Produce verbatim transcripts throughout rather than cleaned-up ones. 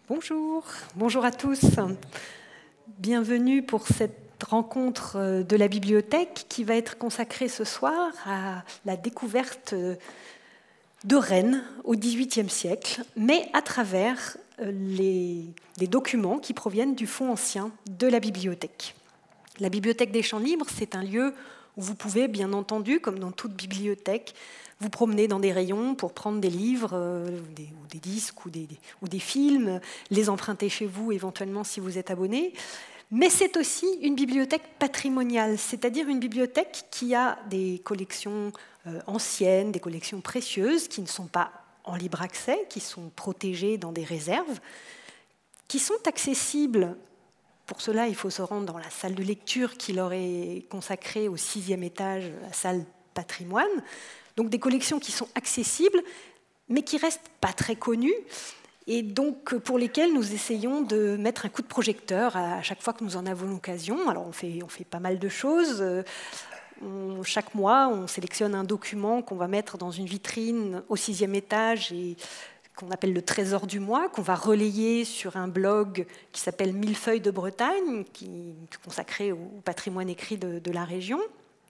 Bonjour, bonjour à tous. Bienvenue pour cette rencontre de la bibliothèque qui va être consacrée ce soir à la découverte de Rennes au dix-huitième siècle, mais à travers les, les documents qui proviennent du fonds ancien de la bibliothèque. La bibliothèque des Champs Libres, c'est un lieu où vous pouvez, bien entendu, comme dans toute bibliothèque, vous promener dans des rayons pour prendre des livres, euh, des, ou des disques ou des, des, ou des films, les emprunter chez vous éventuellement si vous êtes abonné. Mais c'est aussi une bibliothèque patrimoniale, c'est-à-dire une bibliothèque qui a des collections euh, anciennes, des collections précieuses, qui ne sont pas en libre accès, qui sont protégées dans des réserves, qui sont accessibles. Pour cela, il faut se rendre dans la salle de lecture qui leur est consacrée au sixième étage, la salle patrimoine. Donc des collections qui sont accessibles, mais qui restent pas très connues, et donc pour lesquelles nous essayons de mettre un coup de projecteur à chaque fois que nous en avons l'occasion. Alors on fait, on fait pas mal de choses. On, chaque mois, on sélectionne un document qu'on va mettre dans une vitrine au sixième étage et qu'on appelle le trésor du mois, qu'on va relayer sur un blog qui s'appelle Millefeuille de Bretagne, qui est consacré au patrimoine écrit de, de la région.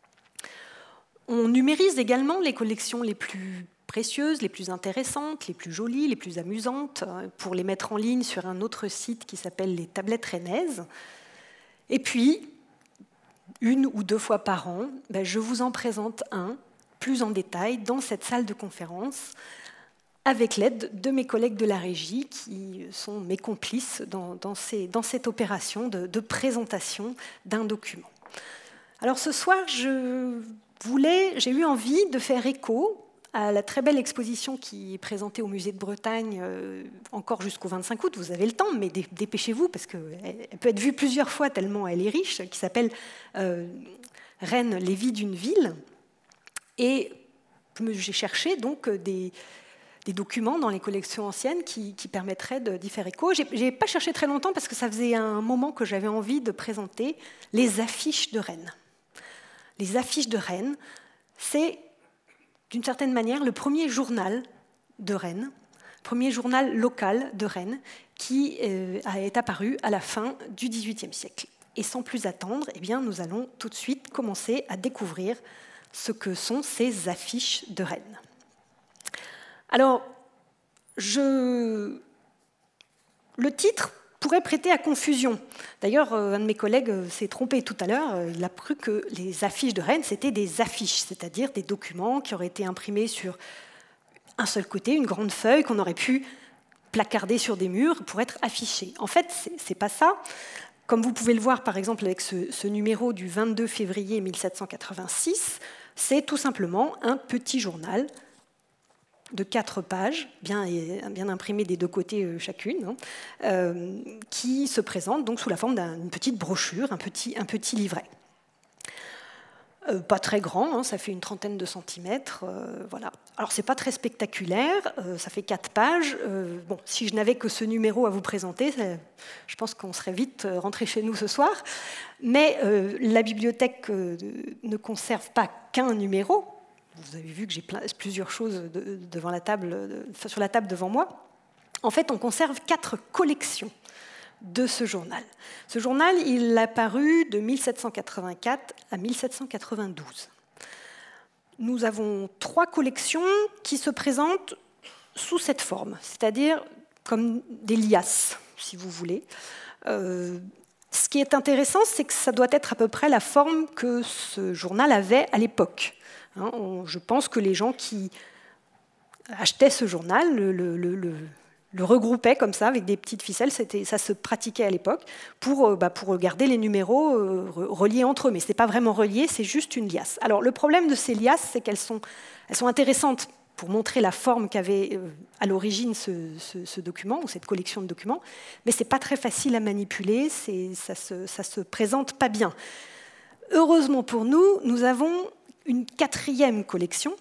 On numérise également les collections les plus précieuses, les plus intéressantes, les plus jolies, les plus amusantes, pour les mettre en ligne sur un autre site qui s'appelle les Tablettes Rennaises. Et puis, une ou deux fois par an, ben, je vous en présente un, plus en détail, dans cette salle de conférence, avec l'aide de mes collègues de la régie, qui sont mes complices dans, dans, ces, dans cette opération de, de présentation d'un document. Alors ce soir, je... Voulais, j'ai eu envie de faire écho à la très belle exposition qui est présentée au musée de Bretagne euh, encore jusqu'au vingt-cinq août. Vous avez le temps, mais dépêchez-vous parce qu'elle peut être vue plusieurs fois tellement elle est riche, qui s'appelle euh, Rennes, les vies d'une ville. Et j'ai cherché donc des, des documents dans les collections anciennes qui, qui permettraient d'y faire écho. Je n'ai pas cherché très longtemps parce que ça faisait un moment que j'avais envie de présenter les affiches de Rennes. Les affiches de Rennes, c'est d'une certaine manière le premier journal de Rennes, premier journal local de Rennes qui euh, est apparu à la fin du dix-huitième siècle. Et sans plus attendre, eh bien, nous allons tout de suite commencer à découvrir ce que sont ces affiches de Rennes. Alors, je... le titre pourrait prêter à confusion. D'ailleurs, un de mes collègues s'est trompé tout à l'heure. Il a cru que les affiches de Rennes, c'était des affiches, c'est-à-dire des documents qui auraient été imprimés sur un seul côté, une grande feuille qu'on aurait pu placarder sur des murs pour être affichés. En fait, c'est pas ça. Comme vous pouvez le voir, par exemple, avec ce, ce numéro du vingt-deux février mille sept cent quatre-vingt-six, c'est tout simplement un petit journal de quatre pages, bien, bien imprimées des deux côtés euh, chacune, hein, euh, qui se présente donc sous la forme d'une petite brochure, un petit, un petit livret. Euh, pas très grand, hein, ça fait une trentaine de centimètres. Euh, voilà. Alors, c'est pas très spectaculaire, euh, ça fait quatre pages. Euh, bon, si je n'avais que ce numéro à vous présenter, ça, je pense qu'on serait vite rentré chez nous ce soir. Mais euh, la bibliothèque euh, ne conserve pas qu'un numéro. Vous avez vu que j'ai plusieurs choses de, devant la table, de, sur la table devant moi. En fait, on conserve quatre collections de ce journal. Ce journal, il a paru de mille sept cent quatre-vingt-quatre à mille sept cent quatre-vingt-douze. Nous avons trois collections qui se présentent sous cette forme, c'est-à-dire comme des liasses, si vous voulez. Euh, ce qui est intéressant, c'est que ça doit être à peu près la forme que ce journal avait à l'époque. Hein, on, je pense que les gens qui achetaient ce journal le, le, le, le, le regroupaient comme ça, avec des petites ficelles. Ça se pratiquait à l'époque pour, bah, pour garder les numéros euh, reliés entre eux. Mais ce n'est pas vraiment relié, c'est juste une liasse. Alors, le problème de ces liasses, c'est qu'elles sont, elles sont intéressantes pour montrer la forme qu'avait euh, à l'origine ce, ce, ce document, ou cette collection de documents, mais ce n'est pas très facile à manipuler, ça ne se, se présente pas bien. Heureusement pour nous, nous avons une quatrième collection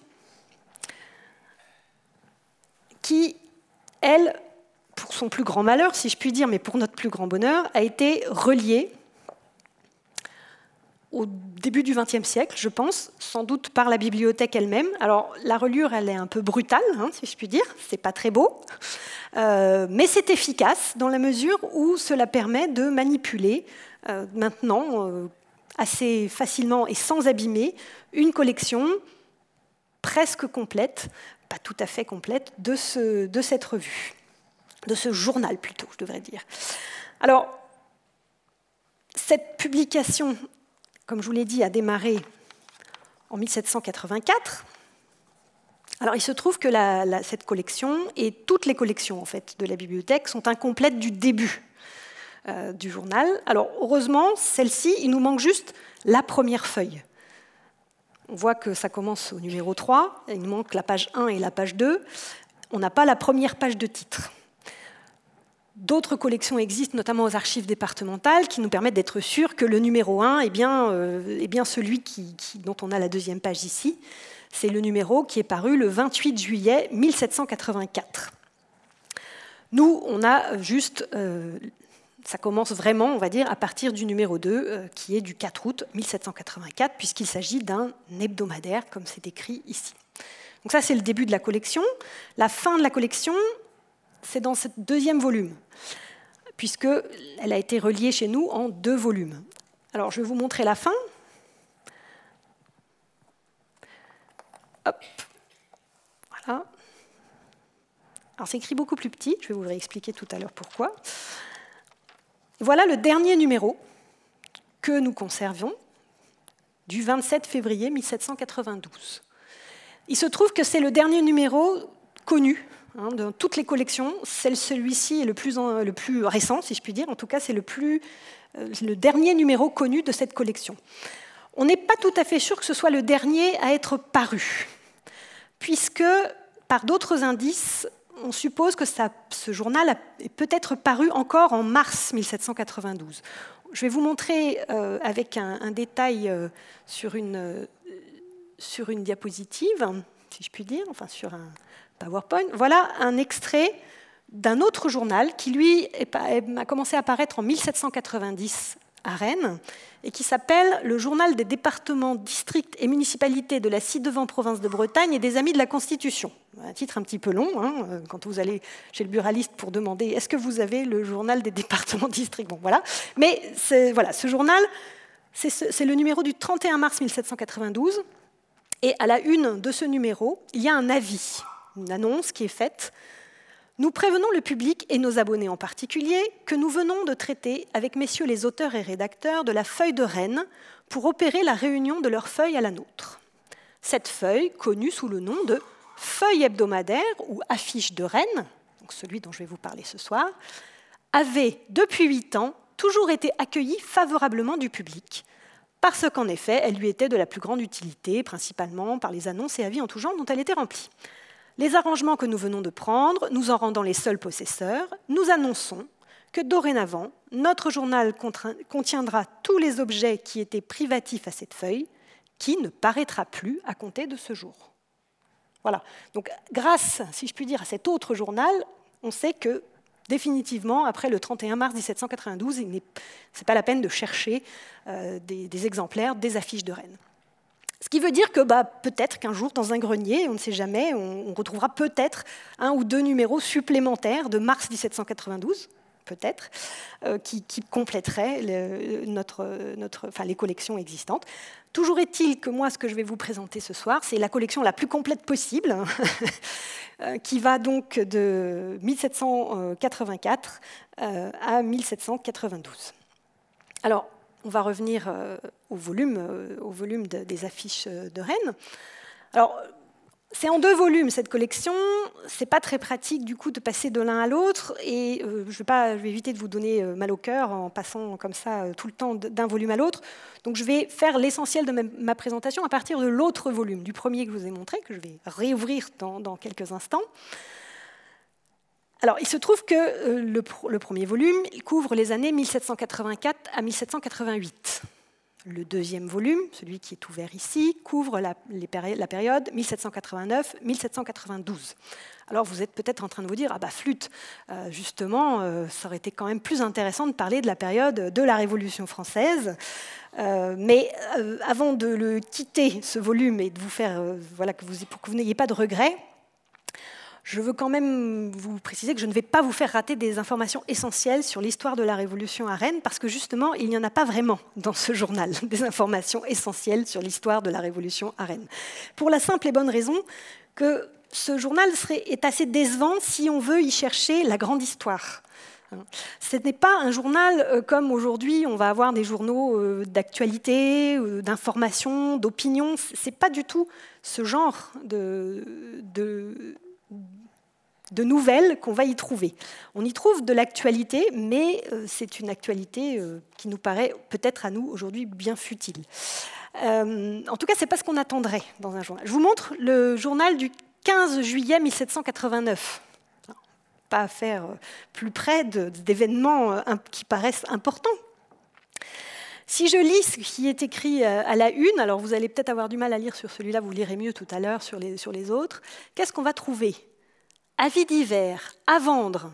qui, elle, pour son plus grand malheur, si je puis dire, mais pour notre plus grand bonheur, a été reliée au début du vingtième siècle, je pense, sans doute par la bibliothèque elle-même. Alors, la reliure, elle est un peu brutale, hein, si je puis dire, c'est pas très beau, euh, mais c'est efficace dans la mesure où cela permet de manipuler euh, maintenant, euh, assez facilement et sans abîmer, une collection presque complète, pas tout à fait complète, de, ce, de cette revue, de ce journal plutôt, je devrais dire. Alors, cette publication, comme je vous l'ai dit, a démarré en mille sept cent quatre-vingt-quatre. Alors, il se trouve que la, la, cette collection, et toutes les collections en fait, de la bibliothèque, sont incomplètes du début euh, du journal. Alors, heureusement, celle-ci, il nous manque juste la première feuille. On voit que ça commence au numéro trois, il nous manque la page un et la page deux. On n'a pas la première page de titre. D'autres collections existent, notamment aux archives départementales, qui nous permettent d'être sûrs que le numéro un est bien, euh, est bien celui qui, qui, dont on a la deuxième page ici. C'est le numéro qui est paru le vingt-huit juillet mille sept cent quatre-vingt-quatre. Nous, on a juste... Euh, ça commence vraiment, on va dire, à partir du numéro deux, euh, qui est du quatre août mille sept cent quatre-vingt-quatre, puisqu'il s'agit d'un hebdomadaire, comme c'est écrit ici. Donc ça, c'est le début de la collection. La fin de la collection, c'est dans ce deuxième volume, puisqu'elle a été reliée chez nous en deux volumes. Alors, je vais vous montrer la fin. Hop. Voilà. Alors, c'est écrit beaucoup plus petit, je vais vous réexpliquer tout à l'heure pourquoi. Voilà le dernier numéro que nous conservions, du vingt-sept février mille sept cent quatre-vingt-douze. Il se trouve que c'est le dernier numéro connu, hein, de toutes les collections. Celui-ci est le plus, en, le plus récent, si je puis dire. En tout cas, c'est le, plus, euh, le dernier numéro connu de cette collection. On n'est pas tout à fait sûr que ce soit le dernier à être paru, puisque, par d'autres indices, on suppose que ça, ce journal est peut-être paru encore en mars mille sept cent quatre-vingt-douze. Je vais vous montrer euh, avec un, un détail euh, sur, une, euh, sur une diapositive, si je puis dire, enfin sur un PowerPoint. Voilà un extrait d'un autre journal qui, lui, est, a commencé à apparaître en mille sept cent quatre-vingt-dix à Rennes, et qui s'appelle « Le journal des départements, districts et municipalités de la ci-devant province de Bretagne et des Amis de la Constitution ». Un titre un petit peu long, hein, quand vous allez chez le buraliste pour demander « Est-ce que vous avez le journal des départements, districts ?» Bon, voilà. Mais voilà, ce journal, c'est ce, le numéro du trente et un mars mille sept cent quatre-vingt-douze, et à la une de ce numéro, il y a un avis, une annonce qui est faite. Nous prévenons le public, et nos abonnés en particulier, que nous venons de traiter avec messieurs les auteurs et rédacteurs de la feuille de Rennes pour opérer la réunion de leur feuille à la nôtre. Cette feuille, connue sous le nom de feuille hebdomadaire ou affiche de Rennes, donc celui dont je vais vous parler ce soir, avait, depuis huit ans, toujours été accueillie favorablement du public, parce qu'en effet, elle lui était de la plus grande utilité, principalement par les annonces et avis en tout genre dont elle était remplie. Les arrangements que nous venons de prendre, nous en rendant les seuls possesseurs, nous annonçons que dorénavant, notre journal contiendra tous les objets qui étaient privatifs à cette feuille, qui ne paraîtra plus à compter de ce jour. Voilà. Donc, grâce, si je puis dire, à cet autre journal, on sait que, définitivement, après le trente et un mars mille sept cent quatre-vingt-douze, ce n'est pas la peine de chercher euh, des, des exemplaires des affiches de Rennes. Ce qui veut dire que bah, peut-être qu'un jour, dans un grenier, on ne sait jamais, on, on retrouvera peut-être un ou deux numéros supplémentaires de mars mille sept cent quatre-vingt-douze, peut-être, euh, qui, qui compléteraient le, notre, notre, enfin, les collections existantes. Toujours est-il que moi, ce que je vais vous présenter ce soir, c'est la collection la plus complète possible, qui va donc de mille sept cent quatre-vingt-quatre à mille sept cent quatre-vingt-douze. Alors, on va revenir euh, au volume, euh, au volume de, des affiches de Rennes. Alors, c'est en deux volumes cette collection. C'est pas très pratique du coup de passer de l'un à l'autre, et euh, je vais pas, je vais éviter de vous donner euh, mal au cœur en passant comme ça euh, tout le temps d'un volume à l'autre. Donc, je vais faire l'essentiel de ma, ma présentation à partir de l'autre volume, du premier que je vous ai montré, que je vais réouvrir dans, dans quelques instants. Alors, il se trouve que euh, le, le premier volume il couvre les années mille sept cent quatre-vingt-quatre à mille sept cent quatre-vingt-huit. Le deuxième volume, celui qui est ouvert ici, couvre la, les péri- la période mille sept cent quatre-vingt-neuf à mille sept cent quatre-vingt-douze. Alors vous êtes peut-être en train de vous dire, ah bah flûte, euh, justement, euh, ça aurait été quand même plus intéressant de parler de la période de la Révolution française. Euh, mais euh, avant de le quitter, ce volume, et de vous faire, euh, voilà, que vous, pour que vous n'ayez pas de regrets, je veux quand même vous préciser que je ne vais pas vous faire rater des informations essentielles sur l'histoire de la Révolution à Rennes, parce que justement, il n'y en a pas vraiment dans ce journal, des informations essentielles sur l'histoire de la Révolution à Rennes. Pour la simple et bonne raison que ce journal serait, est assez décevant si on veut y chercher la grande histoire. Ce n'est pas un journal comme aujourd'hui, on va avoir des journaux d'actualité, d'information, d'opinion. Ce n'est pas du tout ce genre de... de de nouvelles qu'on va y trouver. On y trouve de l'actualité, mais euh, c'est une actualité euh, qui nous paraît peut-être à nous aujourd'hui bien futile. Euh, en tout cas, ce n'est pas ce qu'on attendrait dans un journal. Je vous montre le journal du quinze juillet mille sept cent quatre-vingt-neuf. Pas à faire plus près de, d'événements euh, qui paraissent importants. Si je lis ce qui est écrit à la une, alors vous allez peut-être avoir du mal à lire sur celui-là, vous lirez mieux tout à l'heure sur les, sur les autres, qu'est-ce qu'on va trouver ? Avis divers, à vendre.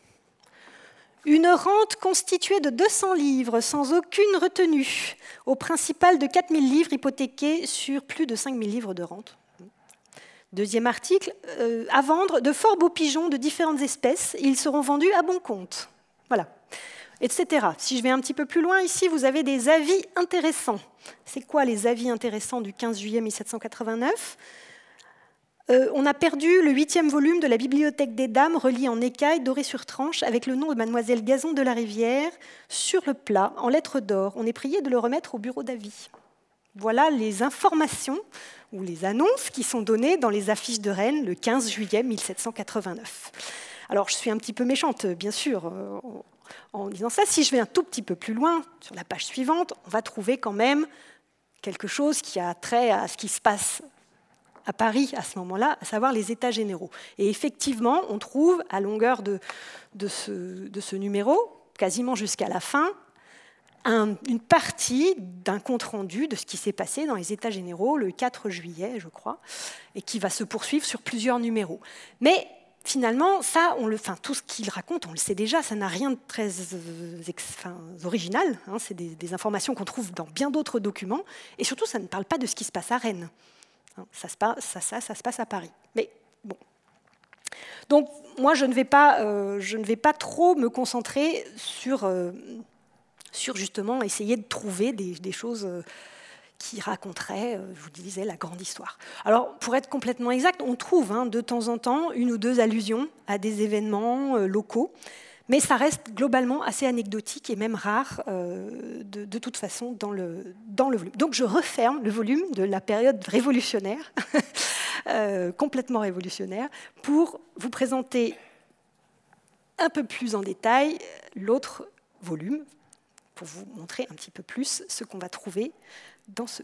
Une rente constituée de deux cents livres, sans aucune retenue, au principal de quatre mille livres hypothéqués sur plus de cinq mille livres de rente. Deuxième article, euh, à vendre de fort beaux pigeons de différentes espèces. Ils seront vendus à bon compte. Voilà, et cetera. Si je vais un petit peu plus loin, ici, vous avez des avis intéressants. C'est quoi les avis intéressants du quinze juillet mille sept cent quatre-vingt-neuf ? Euh, on a perdu le huitième volume de la Bibliothèque des Dames, relié en écaille doré sur tranche, avec le nom de Mademoiselle Gazon de la Rivière, sur le plat, en lettres d'or. On est prié de le remettre au bureau d'avis. Voilà les informations ou les annonces qui sont données dans les affiches de Rennes le quinze juillet mille sept cent quatre-vingt-neuf. Alors, je suis un petit peu méchante, bien sûr, euh, en disant ça. Si je vais un tout petit peu plus loin, sur la page suivante, on va trouver quand même quelque chose qui a trait à ce qui se passe à Paris à ce moment-là, à savoir les États généraux. Et effectivement, on trouve à longueur de, de, ce, de ce numéro, quasiment jusqu'à la fin, un, une partie d'un compte-rendu de ce qui s'est passé dans les États généraux le quatre juillet, je crois, et qui va se poursuivre sur plusieurs numéros. Mais finalement, ça, on le, enfin, tout ce qu'il raconte, on le sait déjà, ça n'a rien de très enfin, original, hein, c'est des, des informations qu'on trouve dans bien d'autres documents, et surtout, ça ne parle pas de ce qui se passe à Rennes. Ça se, passe, ça, ça, ça se passe à Paris. Mais bon. Donc, moi, je ne vais pas, euh, je ne vais pas trop me concentrer sur, euh, sur justement essayer de trouver des, des choses euh, qui raconteraient, euh, je vous disais, la grande histoire. Alors, pour être complètement exact, on trouve hein, de temps en temps une ou deux allusions à des événements euh, locaux, mais ça reste globalement assez anecdotique et même rare euh, de, de toute façon dans le, dans le volume. Donc je referme le volume de la période révolutionnaire, euh, complètement révolutionnaire, pour vous présenter un peu plus en détail l'autre volume, pour vous montrer un petit peu plus ce qu'on va trouver dans ce...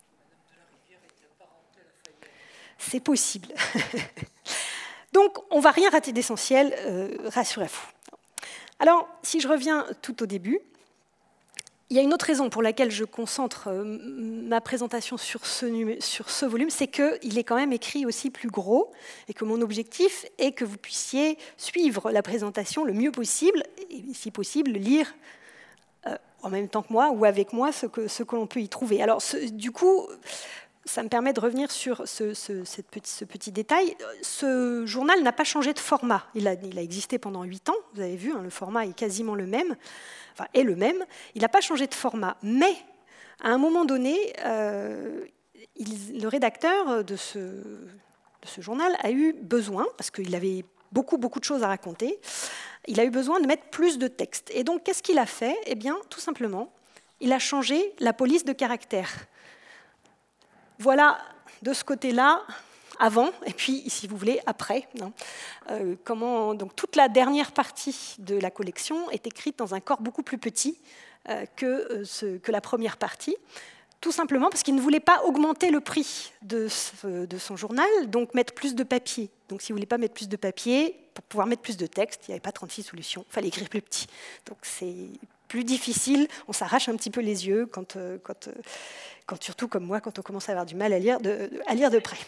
C'est possible. Donc on ne va rien rater d'essentiel, euh, rassurez-vous. Alors, si je reviens tout au début, il y a une autre raison pour laquelle je concentre ma présentation sur ce, sur ce volume, c'est qu'il est quand même écrit aussi plus gros et que mon objectif est que vous puissiez suivre la présentation le mieux possible et, si possible, lire euh, en même temps que moi ou avec moi ce que, ce que l'on peut y trouver. Alors, ce, du coup... Ça me permet de revenir sur ce, ce, cette petit, ce petit détail. Ce journal n'a pas changé de format. Il a, il a existé pendant huit ans. Vous avez vu, hein, le format est quasiment le même. Enfin, est le même. Il n'a pas changé de format. Mais, à un moment donné, euh, il, le rédacteur de ce, de ce journal a eu besoin, parce qu'il avait beaucoup, beaucoup de choses à raconter, il a eu besoin de mettre plus de texte. Et donc, qu'est-ce qu'il a fait ? Eh bien, tout simplement, il a changé la police de caractère. Voilà, de ce côté-là, avant, et puis, si vous voulez, après. Hein. Euh, comment, donc, toute la dernière partie de la collection est écrite dans un corps beaucoup plus petit euh, que, euh, ce, que la première partie, tout simplement parce qu'il ne voulait pas augmenter le prix de, ce, de son journal, donc mettre plus de papier. Donc, s'il ne voulait pas mettre plus de papier, pour pouvoir mettre plus de texte, il n'y avait pas trente-six solutions, il fallait écrire plus petit. Donc, c'est plus difficile, on s'arrache un petit peu les yeux, quand, euh, quand, euh, quand, surtout comme moi, quand on commence à avoir du mal à lire de, à lire de près.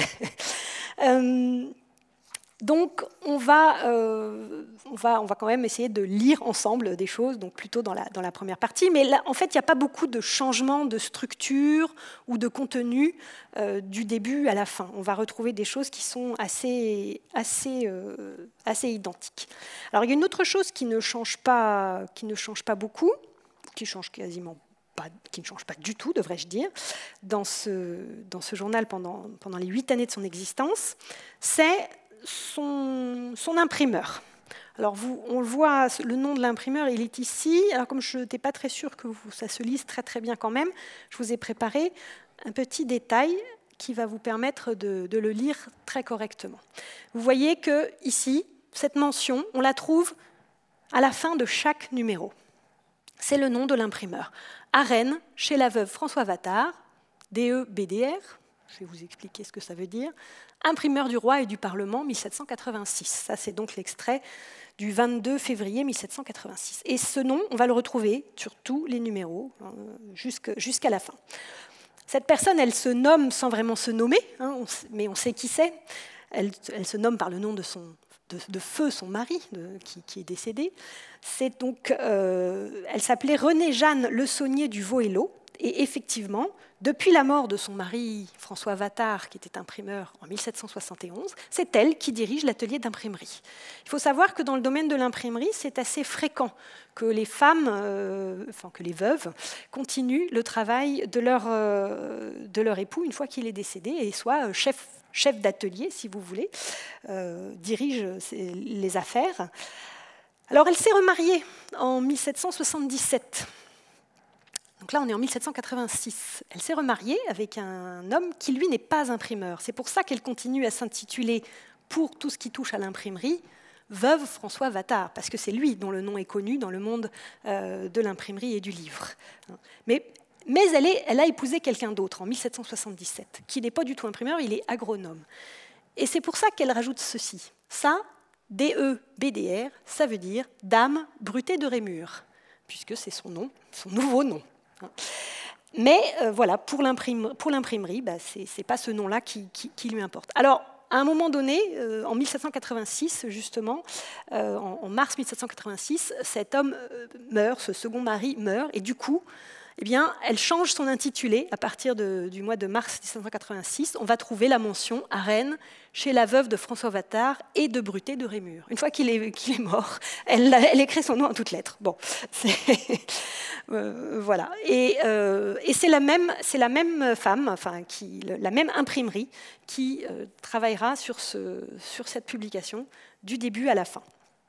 euh, Donc, on va, euh, on, va, on va quand même essayer de lire ensemble des choses, donc plutôt dans la, dans la première partie. Mais là, en fait, il n'y a pas beaucoup de changements de structure ou de contenu euh, du début à la fin. On va retrouver des choses qui sont assez, assez, euh, assez identiques. Alors, il y a une autre chose qui ne change pas, qui ne change pas beaucoup, qui change quasiment pas, qui ne change pas du tout, devrais-je dire, dans ce, dans ce journal pendant, pendant les huit années de son existence, c'est Son, son imprimeur. Alors vous, on le voit, le nom de l'imprimeur, il est ici. Alors comme je n'étais pas très sûre que vous, ça se lise très très bien quand même, je vous ai préparé un petit détail qui va vous permettre de, de le lire très correctement. Vous voyez que ici, cette mention, on la trouve à la fin de chaque numéro. C'est le nom de l'imprimeur. À Rennes, chez la veuve François Vattard, D E B D R, je vais vous expliquer ce que ça veut dire, imprimeur du roi et du Parlement, mille sept cent quatre-vingt-six. Ça, c'est donc l'extrait du vingt-deux février mille sept cent quatre-vingt-six. Et ce nom, on va le retrouver sur tous les numéros, hein, jusqu'à la fin. Cette personne, elle se nomme sans vraiment se nommer, hein, on, mais on sait qui c'est. Elle, elle se nomme par le nom de, son, de, de Feu, son mari, de, qui, qui est décédé. C'est donc, euh, elle s'appelait Renée-Jeanne Le Saunier du Vauhello. Et effectivement, depuis la mort de son mari François Vattard, qui était imprimeur en mille sept cent soixante et onze, c'est elle qui dirige l'atelier d'imprimerie. Il faut savoir que dans le domaine de l'imprimerie, c'est assez fréquent que les femmes, euh, enfin que les veuves, continuent le travail de leur, euh, de leur époux une fois qu'il est décédé et soient chef, chef d'atelier, si vous voulez, euh, dirigent les affaires. Alors elle s'est remariée en mille sept cent soixante-dix-sept. Donc là, on est en mille sept cent quatre-vingt-six. Elle s'est remariée avec un homme qui, lui, n'est pas imprimeur. C'est pour ça qu'elle continue à s'intituler, pour tout ce qui touche à l'imprimerie, Veuve François Vattard, parce que c'est lui dont le nom est connu dans le monde euh, de l'imprimerie et du livre. Mais, mais elle, est, elle a épousé quelqu'un d'autre en mille sept cent soixante-dix-sept, qui n'est pas du tout imprimeur, il est agronome. Et c'est pour ça qu'elle rajoute ceci. Ça, D E B D R, ça veut dire Dame Brutée de Rémur, puisque c'est son nom, son nouveau nom. Mais euh, voilà, pour l'imprimerie, bah, ce n'est pas ce nom-là qui, qui, qui lui importe. Alors, à un moment donné, euh, en mille sept cent quatre-vingt-six, justement, euh, en, en mars mille sept cent quatre-vingt-six, cet homme euh, meurt, ce second mari meurt, et du coup, eh bien, elle change son intitulé. À partir de, du mois de mars mille sept cent quatre-vingt-six, on va trouver la mention à Rennes, chez la veuve de François Vattard et de Brutée de Rémur. Une fois qu'il est, qu'il est mort, elle, elle écrit son nom en toutes lettres. Bon, euh, voilà. Et, euh, et c'est la même, c'est la même femme, enfin, qui, la même imprimerie, qui euh, travaillera sur, ce, sur cette publication du début à la fin.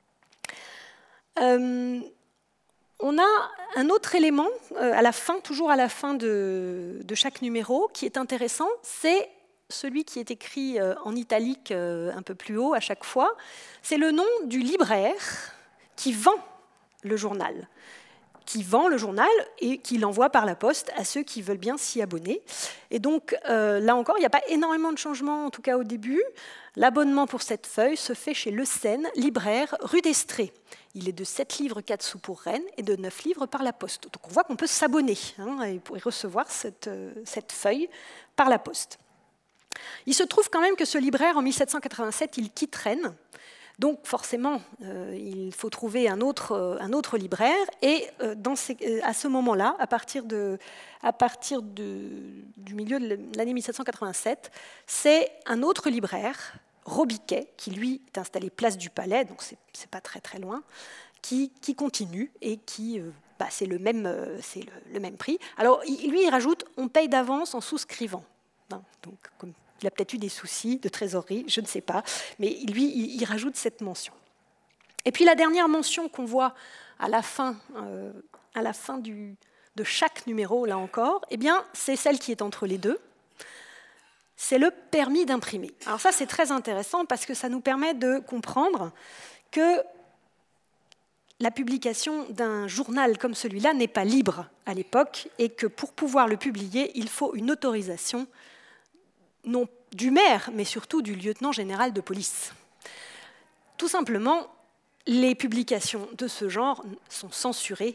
Euh, On a un autre élément, euh, à la fin, toujours à la fin de, de chaque numéro, qui est intéressant, c'est celui qui est écrit euh, en italique euh, un peu plus haut à chaque fois. C'est le nom du libraire qui vend le journal, qui vend le journal et qui l'envoie par la poste à ceux qui veulent bien s'y abonner. Et donc, euh, là encore, il n'y a pas énormément de changements, en tout cas au début. L'abonnement pour cette feuille se fait chez Le Seine, libraire, rue d'Estrée. Il est de sept livres quatre sous pour Rennes et de neuf livres par la poste. Donc on voit qu'on peut s'abonner hein, et recevoir cette, euh, cette feuille par la poste. Il se trouve quand même que ce libraire, en mille sept cent quatre-vingt-sept, il quitte Rennes. Donc forcément, euh, il faut trouver un autre, euh, un autre libraire. Et euh, dans ces, euh, à ce moment-là, à partir, de, à partir de, du milieu de l'année mille sept cent quatre-vingt-sept, c'est un autre libraire, Robiquet, qui lui est installé place du Palais, donc c'est, c'est pas très très loin, qui, qui continue et qui, euh, bah, c'est, le même, euh, c'est le, le même prix. Alors il, lui, il rajoute, on paye d'avance en souscrivant. Hein, donc, comme il a peut-être eu des soucis de trésorerie, je ne sais pas, mais lui, il, il rajoute cette mention. Et puis la dernière mention qu'on voit à la fin, euh, à la fin du, de chaque numéro, là encore, eh bien, c'est celle qui est entre les deux. C'est le permis d'imprimer. Alors ça, c'est très intéressant parce que ça nous permet de comprendre que la publication d'un journal comme celui-là n'est pas libre à l'époque et que pour pouvoir le publier, il faut une autorisation non du maire, mais surtout du lieutenant général de police. Tout simplement, les publications de ce genre sont censurées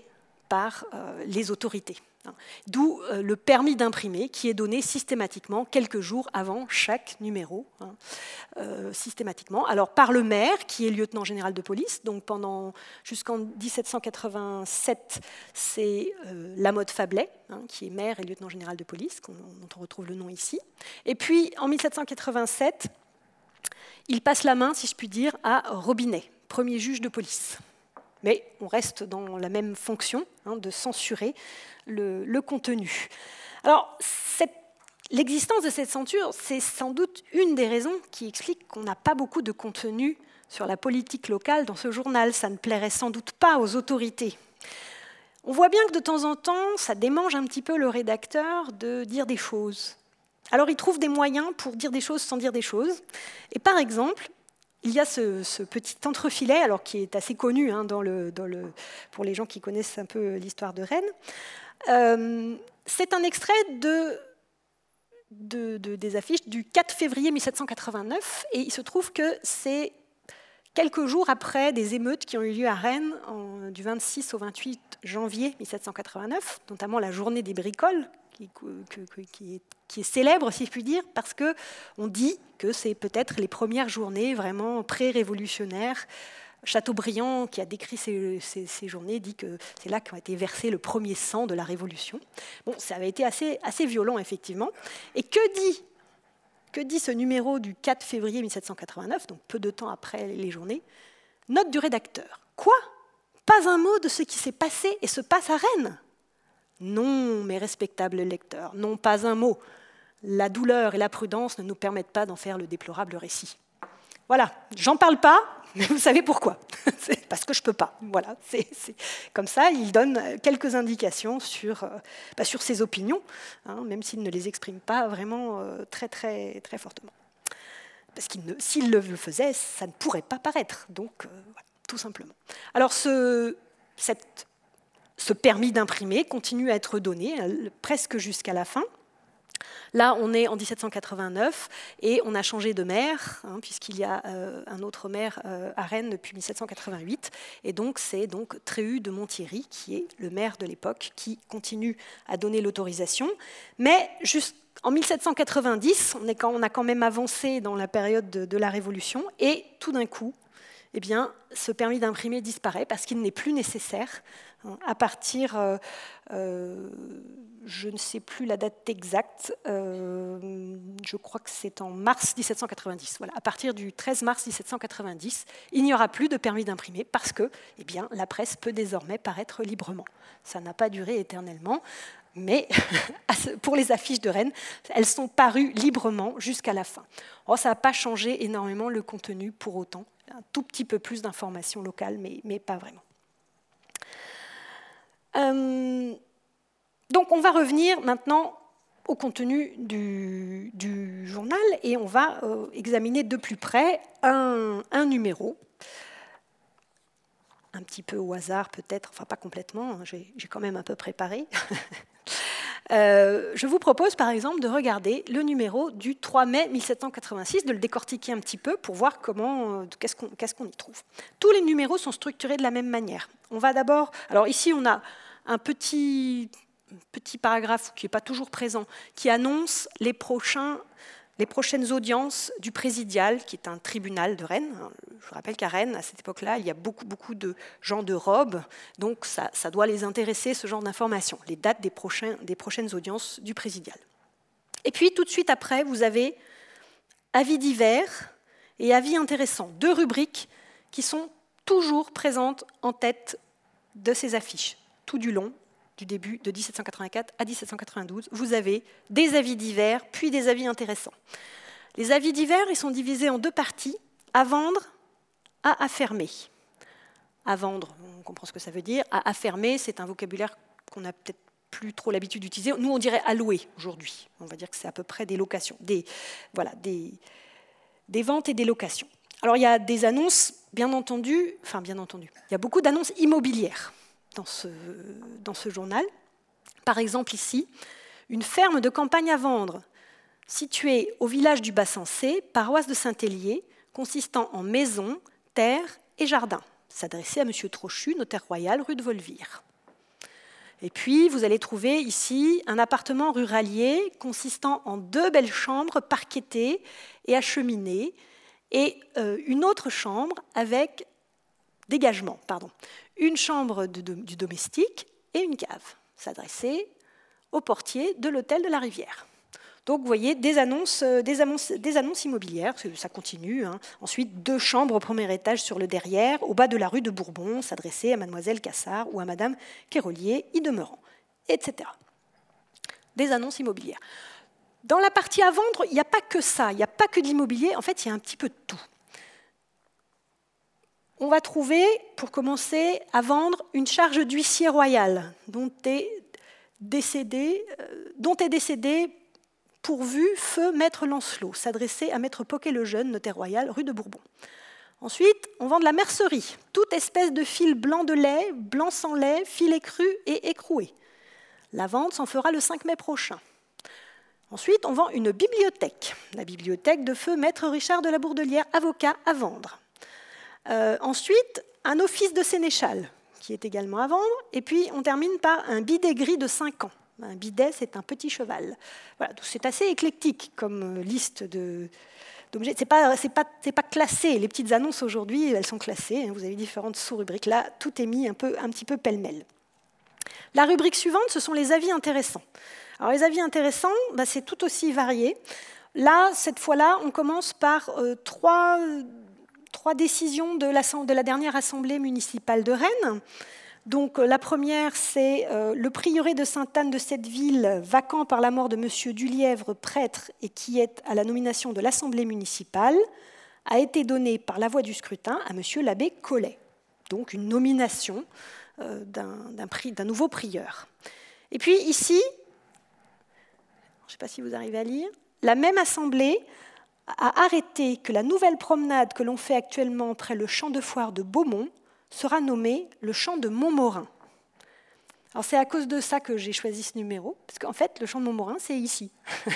par euh, les autorités. D'où euh, le permis d'imprimer qui est donné systématiquement quelques jours avant chaque numéro, hein, euh, systématiquement. Alors par le maire qui est lieutenant général de police, donc pendant jusqu'en dix-sept cent quatre-vingt-sept, c'est euh, Lamotte Fablet hein, qui est maire et lieutenant général de police, dont on retrouve le nom ici. Et puis en mille sept cent quatre-vingt-sept, il passe la main, si je puis dire, à Robinet, premier juge de police. Mais on reste dans la même fonction hein, de censurer le, le contenu. Alors, cette, l'existence de cette censure, c'est sans doute une des raisons qui explique qu'on n'a pas beaucoup de contenu sur la politique locale dans ce journal. Ça ne plairait sans doute pas aux autorités. On voit bien que de temps en temps, ça démange un petit peu le rédacteur de dire des choses. Alors, il trouve des moyens pour dire des choses sans dire des choses. Et par exemple, il y a ce, ce petit entrefilet, alors qui est assez connu hein, dans le, dans le, pour les gens qui connaissent un peu l'histoire de Rennes. Euh, c'est un extrait de, de, de, des affiches du quatre février mille sept cent quatre-vingt-neuf, et il se trouve que c'est quelques jours après des émeutes qui ont eu lieu à Rennes en, du vingt-six au vingt-huit janvier mille sept cent quatre-vingt-neuf, notamment la journée des bricoles, qui, qui, qui, est, qui est célèbre, si je puis dire, parce qu'on dit que c'est peut-être les premières journées vraiment pré-révolutionnaires. Chateaubriand, qui a décrit ces, ces, ces journées, dit que c'est là qu'a été versé le premier sang de la Révolution. Bon, ça avait été assez, assez violent, effectivement. Et que dit, que dit ce numéro du quatre février mille sept cent quatre-vingt-neuf, donc peu de temps après les journées? Note du rédacteur. Quoi? Pas un mot de ce qui s'est passé et se passe à Rennes? Non, mes respectables lecteurs, non, pas un mot. La douleur et la prudence ne nous permettent pas d'en faire le déplorable récit. Voilà, j'en parle pas, mais vous savez pourquoi. C'est parce que je peux pas. Voilà, c'est, c'est comme ça, il donne quelques indications sur, euh, bah, sur ses opinions, hein, même s'il ne les exprime pas vraiment euh, très, très, très fortement. Parce qu'il ne, s'il le faisait, ça ne pourrait pas paraître. Donc, euh, voilà, tout simplement. Alors, ce, cette, ce permis d'imprimer continue à être donné euh, presque jusqu'à la fin. Là, on est en dix-sept cent quatre-vingt-neuf et on a changé de maire, hein, puisqu'il y a euh, un autre maire euh, à Rennes depuis dix-sept cent quatre-vingt-huit. Et donc, c'est donc Tréhus de Monthierry, qui est le maire de l'époque, qui continue à donner l'autorisation. Mais jusqu'en mille sept cent quatre-vingt-dix, on, est quand, on a quand même avancé dans la période de, de la Révolution, et tout d'un coup, eh bien, ce permis d'imprimer disparaît parce qu'il n'est plus nécessaire hein, à partir... Euh, euh, je ne sais plus la date exacte, euh, je crois que c'est en mars dix-sept cent quatre-vingt-dix. Voilà, à partir du treize mars dix-sept cent quatre-vingt-dix, il n'y aura plus de permis d'imprimer parce que eh bien, la presse peut désormais paraître librement. Ça n'a pas duré éternellement, mais pour les affiches de Rennes, elles sont parues librement jusqu'à la fin. Oh, ça n'a pas changé énormément le contenu pour autant. Un tout petit peu plus d'informations locales, mais, mais pas vraiment. Euh, Donc on va revenir maintenant au contenu du, du journal et on va euh, examiner de plus près un, un numéro, un petit peu au hasard peut-être, enfin pas complètement, hein, j'ai, j'ai quand même un peu préparé. euh, je vous propose par exemple de regarder le numéro du trois mai mille sept cent quatre-vingt-six, de le décortiquer un petit peu pour voir comment, euh, qu'est-ce qu'on, qu'est-ce qu'on y trouve. Tous les numéros sont structurés de la même manière. On va d'abord, alors ici on a un petit... petit paragraphe qui n'est pas toujours présent, qui annonce les, prochains, les prochaines audiences du présidial, qui est un tribunal de Rennes. Je rappelle qu'à Rennes, à cette époque-là, il y a beaucoup, beaucoup de gens de robe, donc ça, ça doit les intéresser, ce genre d'informations, les dates des, prochains, des prochaines audiences du présidial. Et puis, tout de suite après, vous avez avis divers et avis intéressants, deux rubriques qui sont toujours présentes en tête de ces affiches, tout du long, du début de dix-sept cent quatre-vingt-quatre à dix-sept cent quatre-vingt-douze, vous avez des avis divers, puis des avis intéressants. Les avis divers, ils sont divisés en deux parties, à vendre, à affermer. À vendre, on comprend ce que ça veut dire. À affermer, c'est un vocabulaire qu'on n'a peut-être plus trop l'habitude d'utiliser. Nous, on dirait à louer aujourd'hui. On va dire que c'est à peu près des locations, des, voilà, des, des ventes et des locations. Alors, il y a des annonces, bien entendu, enfin, bien entendu, il y a beaucoup d'annonces immobilières dans ce, dans ce journal. Par exemple ici, une ferme de campagne à vendre, située au village du Bas-Sensé, paroisse de Saint-Hélier, consistant en maisons, terres et jardins. S'adressait à M. Trochu, notaire royal, rue de Volvire. Et puis, vous allez trouver ici un appartement ruralier consistant en deux belles chambres parquetées et à cheminée, et euh, une autre chambre avec dégagement, pardon, une chambre de, de, du domestique et une cave, s'adresser au portier de l'hôtel de la Rivière. Donc, vous voyez, des annonces, des annonces, des annonces immobilières, ça continue. Hein. Ensuite, deux chambres au premier étage sur le derrière, au bas de la rue de Bourbon, s'adresser à mademoiselle Cassard ou à madame Quérolier, y demeurant, et cetera. Des annonces immobilières. Dans la partie à vendre, il n'y a pas que ça, il n'y a pas que de l'immobilier, en fait, il y a un petit peu de tout. On va trouver, pour commencer, à vendre une charge d'huissier royal, dont est décédé, euh, dont est décédé pourvu feu maître Lancelot, s'adresser à maître Poquet le Jeune, notaire royal, rue de Bourbon. Ensuite, on vend de la mercerie, toute espèce de fil blanc de lait, blanc sans lait, fil écru et écroué. La vente s'en fera le cinq mai prochain. Ensuite, on vend une bibliothèque, la bibliothèque de feu maître Richard de la Bourdelière, avocat, à vendre. Euh, ensuite, un office de sénéchal, qui est également à vendre. Et puis, on termine par un bidet gris de cinq ans. Un bidet, c'est un petit cheval. Voilà, c'est assez éclectique comme liste de, d'objets. Ce n'est pas, c'est pas, c'est pas classé. Les petites annonces aujourd'hui, elles sont classées. Vous avez différentes sous-rubriques. Là, tout est mis un, peu, un petit peu pêle-mêle. La rubrique suivante, ce sont les avis intéressants. Alors, les avis intéressants, bah, c'est tout aussi varié. Là, cette fois-là, on commence par euh, trois... Trois décisions de la, de la dernière Assemblée municipale de Rennes. Donc, la première, c'est euh, le prieuré de Sainte-Anne de cette ville, vacant par la mort de M. Dulièvre, prêtre, et qui est à la nomination de l'Assemblée municipale, a été donné par la voie du scrutin à M. l'abbé Collet. Donc, une nomination euh, d'un, d'un, pri, d'un nouveau prieur. Et puis, ici, je ne sais pas si vous arrivez à lire, la même Assemblée a arrêté que la nouvelle promenade que l'on fait actuellement près le champ de foire de Beaumont sera nommée le champ de Montmorin. Alors c'est à cause de ça que j'ai choisi ce numéro, parce qu'en fait, le champ de Montmorin, c'est ici.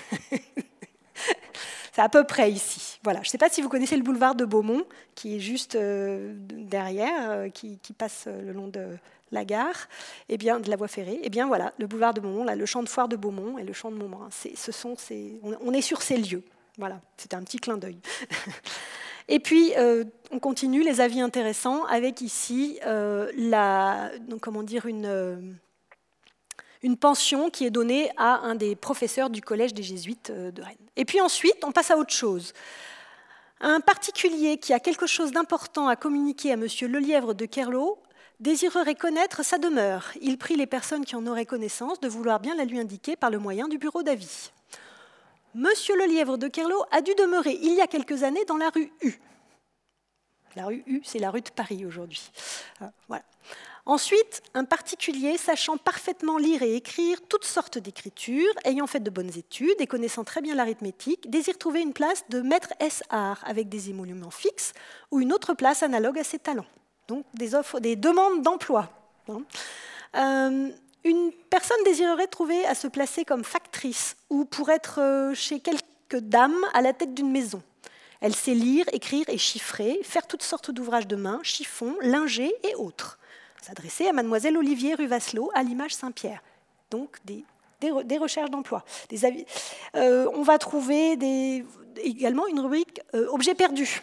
C'est à peu près ici. Voilà. Je ne sais pas si vous connaissez le boulevard de Beaumont, qui est juste euh, derrière, euh, qui, qui passe le long de la gare, eh bien, de la voie ferrée. Eh bien voilà, le boulevard de Beaumont, là, le champ de foire de Beaumont et le champ de Montmorin. C'est, ce sont ces, on, on est sur ces lieux. Voilà, c'était un petit clin d'œil. Et puis, euh, on continue les avis intéressants avec ici euh, la, donc, comment dire, une, euh, une pension qui est donnée à un des professeurs du collège des Jésuites euh, de Rennes. Et puis ensuite, on passe à autre chose. Un particulier qui a quelque chose d'important à communiquer à M. Lelièvre de Kerlot désirerait connaître sa demeure. Il prie les personnes qui en auraient connaissance de vouloir bien la lui indiquer par le moyen du bureau d'avis. Monsieur Lelièvre de Kerlot a dû demeurer il y a quelques années dans la rue U. La rue U, c'est la rue de Paris aujourd'hui. Voilà. Ensuite, un particulier sachant parfaitement lire et écrire toutes sortes d'écritures, ayant fait de bonnes études et connaissant très bien l'arithmétique, désire trouver une place de maître S-art avec des émoluments fixes ou une autre place analogue à ses talents. Donc des offres, des demandes d'emploi. Euh, Une personne désirerait trouver à se placer comme factrice ou pour être chez quelques dames à la tête d'une maison. Elle sait lire, écrire et chiffrer, faire toutes sortes d'ouvrages de main, chiffons, linger et autres. S'adresser à mademoiselle Olivier rue Vasselot à l'image Saint-Pierre. Donc des, des, des recherches d'emploi. Des avis. Euh, on va trouver des, également une rubrique euh, objets perdus.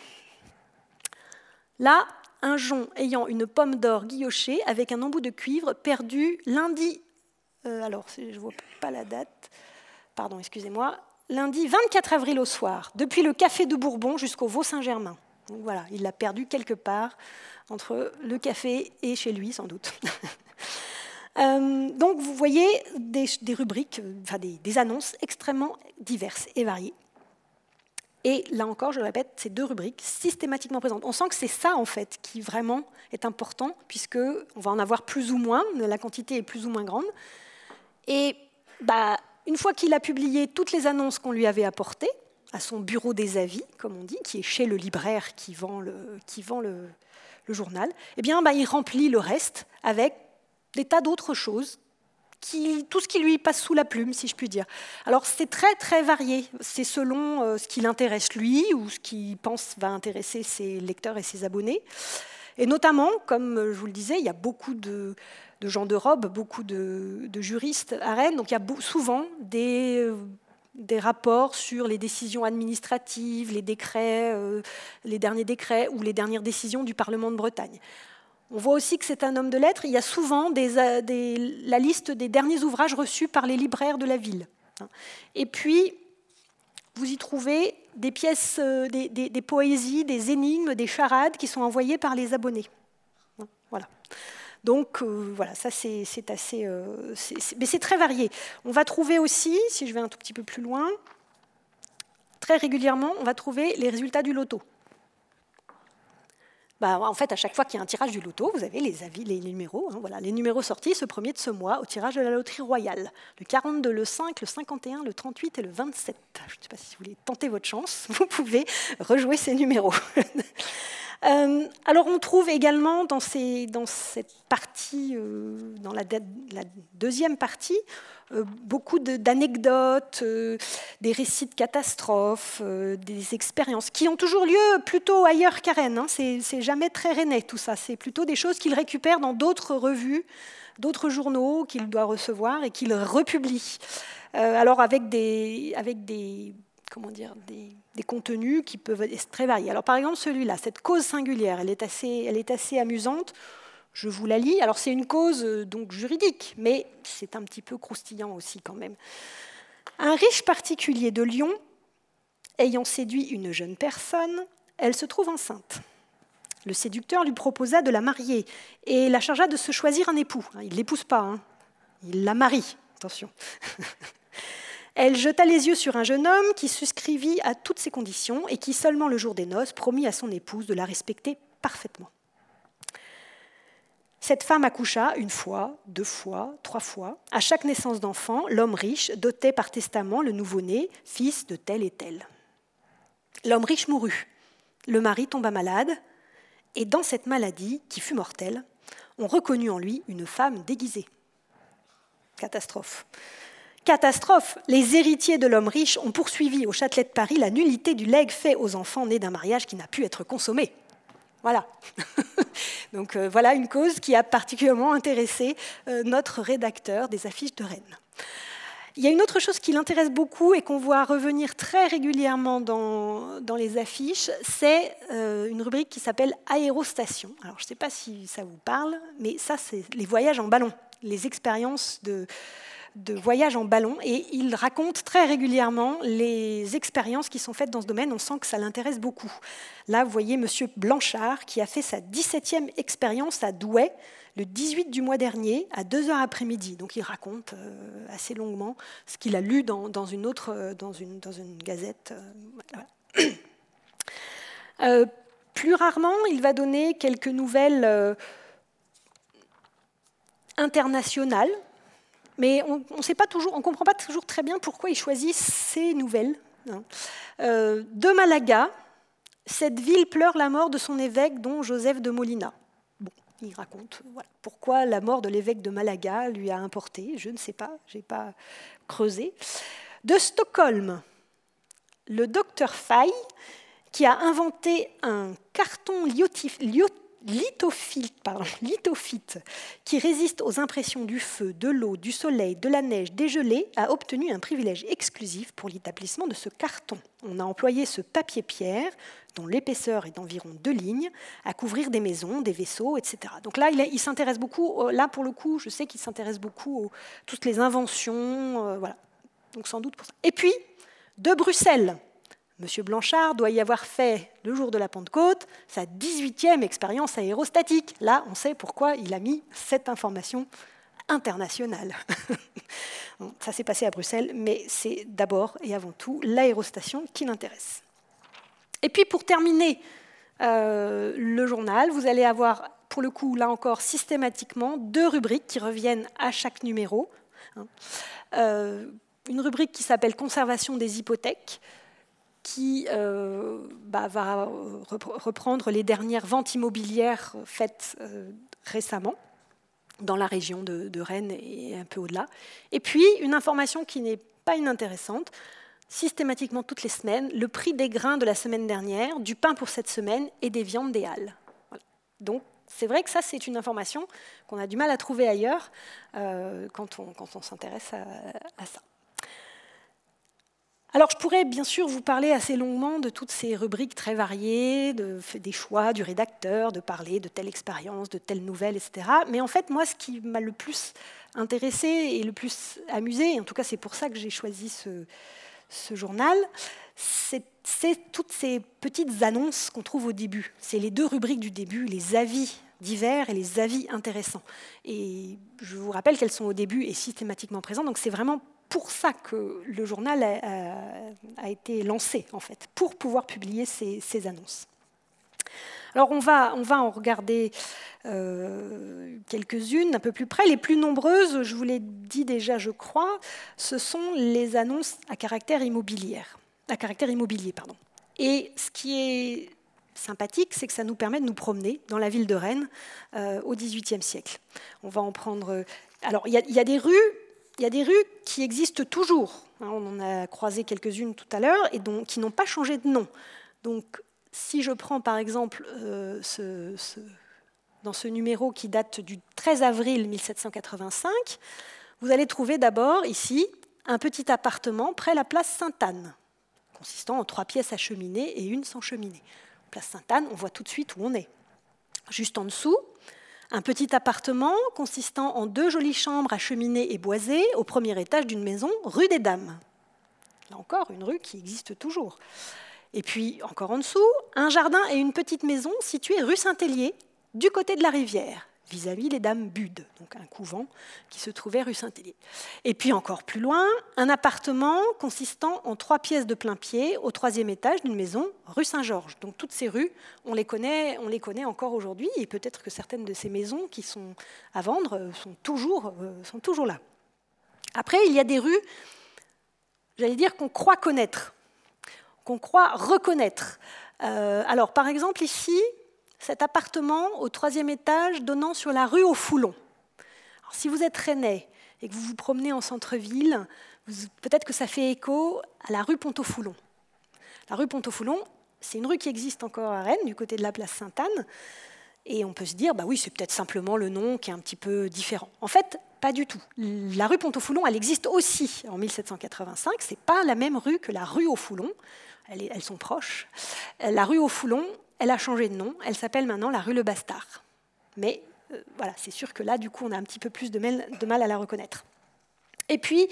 Là, un jonc ayant une pomme d'or guillochée avec un embout de cuivre perdu lundi, euh, alors je ne vois pas la date, pardon, excusez-moi, lundi vingt-quatre avril au soir, depuis le café de Bourbon jusqu'au Vaux-Saint-Germain. Donc voilà, il l'a perdu quelque part entre le café et chez lui, sans doute. euh, donc vous voyez des, des rubriques, enfin des, des annonces extrêmement diverses et variées. Et là encore, je le répète, ces deux rubriques systématiquement présentes. On sent que c'est ça, en fait, qui vraiment est important, puisqu'on va en avoir plus ou moins, la quantité est plus ou moins grande. Et bah, une fois qu'il a publié toutes les annonces qu'on lui avait apportées, à son bureau des avis, comme on dit, qui est chez le libraire qui vend le, qui vend le, le journal, eh bien, bah, il remplit le reste avec des tas d'autres choses, Qui, tout ce qui lui passe sous la plume, si je puis dire. Alors, c'est très, très varié. C'est selon euh, ce qui l'intéresse lui ou ce qu'il pense va intéresser ses lecteurs et ses abonnés. Et notamment, comme je vous le disais, il y a beaucoup de, de gens de robe, beaucoup de, de juristes à Rennes. Donc il y a souvent des, des rapports sur les décisions administratives, les décrets, euh, les derniers décrets ou les dernières décisions du Parlement de Bretagne. On voit aussi que c'est un homme de lettres. Il y a souvent des, des, la liste des derniers ouvrages reçus par les libraires de la ville. Et puis, vous y trouvez des pièces, des, des, des poésies, des énigmes, des charades qui sont envoyées par les abonnés. Voilà. Donc, euh, voilà, ça c'est, c'est assez... Euh, c'est, c'est, mais c'est très varié. On va trouver aussi, si je vais un tout petit peu plus loin, très régulièrement, on va trouver les résultats du loto. Bah, en fait, à chaque fois qu'il y a un tirage du loto, vous avez les avis, les numéros. Hein, voilà, les numéros sortis ce premier de ce mois au tirage de la loterie royale. Le quarante-deux, le cinq, le cinquante et un, le trente-huit et le vingt-sept. Je ne sais pas si vous voulez tenter votre chance, vous pouvez rejouer ces numéros. euh, alors, on trouve également dans, ces, dans cette partie, euh, dans la, la deuxième partie, Euh, beaucoup de, d'anecdotes, euh, des récits de catastrophes, euh, des expériences qui ont toujours lieu plutôt ailleurs qu'à Rennes. Hein. C'est, c'est jamais très rennais tout ça. C'est plutôt des choses qu'il récupère dans d'autres revues, d'autres journaux qu'il doit recevoir et qu'il republie. Euh, alors avec des, avec des, comment dire, des, des contenus qui peuvent être très variés. Alors par exemple celui-là, cette cause singulière, elle est assez, elle est assez amusante. Je vous la lis. Alors c'est une cause donc juridique, mais c'est un petit peu croustillant aussi quand même. Un riche particulier de Lyon, ayant séduit une jeune personne, elle se trouve enceinte. Le séducteur lui proposa de la marier et la chargea de se choisir un époux. Il ne l'épouse pas, hein. Il la marie. Attention. Elle jeta les yeux sur un jeune homme qui souscrivit à toutes ces conditions et qui, seulement le jour des noces, promit à son épouse de la respecter parfaitement. Cette femme accoucha une fois, deux fois, trois fois. À chaque naissance d'enfant, l'homme riche dotait par testament le nouveau-né, fils de tel et tel. L'homme riche mourut. Le mari tomba malade, et dans cette maladie, qui fut mortelle, on reconnut en lui une femme déguisée. Catastrophe. Catastrophe. Les héritiers de l'homme riche ont poursuivi au Châtelet de Paris la nullité du legs fait aux enfants nés d'un mariage qui n'a pu être consommé. Voilà. Donc euh, voilà une cause qui a particulièrement intéressé euh, notre rédacteur des affiches de Rennes. Il y a une autre chose qui l'intéresse beaucoup et qu'on voit revenir très régulièrement dans, dans les affiches, c'est euh, une rubrique qui s'appelle Aérostation. Alors je ne sais pas si ça vous parle, mais ça c'est les voyages en ballon, les expériences de... de voyage en ballon, et il raconte très régulièrement les expériences qui sont faites dans ce domaine. On sent que ça l'intéresse beaucoup. Là, vous voyez M. Blanchard qui a fait sa dix-septième expérience à Douai le dix-huit du mois dernier à deux heures après-midi. Donc il raconte euh, assez longuement ce qu'il a lu dans, dans, une, autre, dans, une, dans une gazette. Euh, voilà. euh, plus rarement, il va donner quelques nouvelles euh, internationales. Mais on ne sait pas toujours, on ne comprend pas toujours très bien pourquoi il choisit ces nouvelles. Euh, de Malaga, cette ville pleure la mort de son évêque, dont Joseph de Molina. Bon, il raconte voilà, pourquoi la mort de l'évêque de Malaga lui a importé. Je ne sais pas, je n'ai pas creusé. De Stockholm, le docteur Fay, qui a inventé un carton lyotif, lyotif, Lithophyte, pardon, lithophyte, qui résiste aux impressions du feu, de l'eau, du soleil, de la neige, des gelées, a obtenu un privilège exclusif pour l'établissement de ce carton. On a employé ce papier-pierre, dont l'épaisseur est d'environ deux lignes, à couvrir des maisons, des vaisseaux, et cetera. Donc là, il, il s'intéresse beaucoup, là pour le coup, je sais qu'il s'intéresse beaucoup à toutes les inventions, euh, voilà. Donc sans doute pour ça. Et puis, de Bruxelles, M. Blanchard doit y avoir fait, le jour de la Pentecôte, sa dix-huitième expérience aérostatique. Là, on sait pourquoi il a mis cette information internationale. Ça s'est passé à Bruxelles, mais c'est d'abord et avant tout l'aérostation qui l'intéresse. Et puis, pour terminer euh, le journal, vous allez avoir, pour le coup, là encore, systématiquement, deux rubriques qui reviennent à chaque numéro. Euh, une rubrique qui s'appelle « Conservation des hypothèques », qui euh, bah, va reprendre les dernières ventes immobilières faites euh, récemment dans la région de, de Rennes et un peu au-delà. Et puis, une information qui n'est pas inintéressante, systématiquement toutes les semaines, le prix des grains de la semaine dernière, du pain pour cette semaine et des viandes des halles. Voilà. Donc, C'est vrai que ça, c'est une information qu'on a du mal à trouver ailleurs euh, quand on, quand on s'intéresse à, à ça. Alors, je pourrais bien sûr vous parler assez longuement de toutes ces rubriques très variées, de, des choix du rédacteur, de parler de telle expérience, de telle nouvelle, et cetera. Mais en fait, moi, ce qui m'a le plus intéressé et le plus amusé, et en tout cas, c'est pour ça que j'ai choisi ce, ce journal, c'est, c'est toutes ces petites annonces qu'on trouve au début. C'est les deux rubriques du début, les avis divers et les avis intéressants. Et je vous rappelle qu'elles sont au début et systématiquement présentes, donc c'est vraiment pour ça que le journal a, a, a été lancé, en fait, pour pouvoir publier ces, ces annonces. Alors, on va, on va en regarder euh, quelques-unes un peu plus près. Les plus nombreuses, je vous l'ai dit déjà, je crois, ce sont les annonces à caractère immobilier. À caractère immobilier, pardon. Et ce qui est sympathique, c'est que ça nous permet de nous promener dans la ville de Rennes euh, au dix-huitième siècle. On va en prendre... Alors, il y, y a des rues... Il y a des rues qui existent toujours. On en a croisé quelques-unes tout à l'heure et donc, qui n'ont pas changé de nom. Donc, si je prends par exemple euh, ce, ce, dans ce numéro qui date du treize avril mille sept cent quatre-vingt-cinq, vous allez trouver d'abord ici un petit appartement près la place Sainte-Anne, consistant en trois pièces à cheminée et une sans cheminée. Place Sainte-Anne, on voit tout de suite où on est. Juste en dessous, un petit appartement consistant en deux jolies chambres à cheminée et boisée au premier étage d'une maison rue des Dames. Là encore, une rue qui existe toujours. Et puis, encore en dessous, un jardin et une petite maison située rue Saint-Hélier, du côté de la rivière, vis-à-vis les Dames Budes, donc un couvent qui se trouvait rue Saint-Hélier. Et puis, encore plus loin, un appartement consistant en trois pièces de plain-pied au troisième étage d'une maison rue Saint-Georges. Donc, toutes ces rues, on les connaît, on les connaît encore aujourd'hui, et peut-être que certaines de ces maisons qui sont à vendre sont toujours, euh, sont toujours là. Après, il y a des rues, j'allais dire, qu'on croit connaître, qu'on croit reconnaître. Euh, alors, par exemple, ici, cet appartement au troisième étage donnant sur la rue aux Foulons. Alors, si vous êtes rennais et que vous vous promenez en centre-ville, vous, peut-être que ça fait écho à la rue Pont-aux-Foulons. La rue Pont-aux-Foulons, c'est une rue qui existe encore à Rennes, du côté de la place Sainte-Anne, et on peut se dire, bah oui, c'est peut-être simplement le nom qui est un petit peu différent. En fait, pas du tout. La rue Pont-aux-Foulons, elle existe aussi en mille sept cent quatre-vingt-cinq. C'est pas la même rue que la rue aux Foulons. Elles, elles sont proches. La rue aux Foulons, elle a changé de nom. Elle s'appelle maintenant la rue Le Bastard. Mais euh, voilà, c'est sûr que là, du coup, on a un petit peu plus de mal, de mal à la reconnaître. Et puis,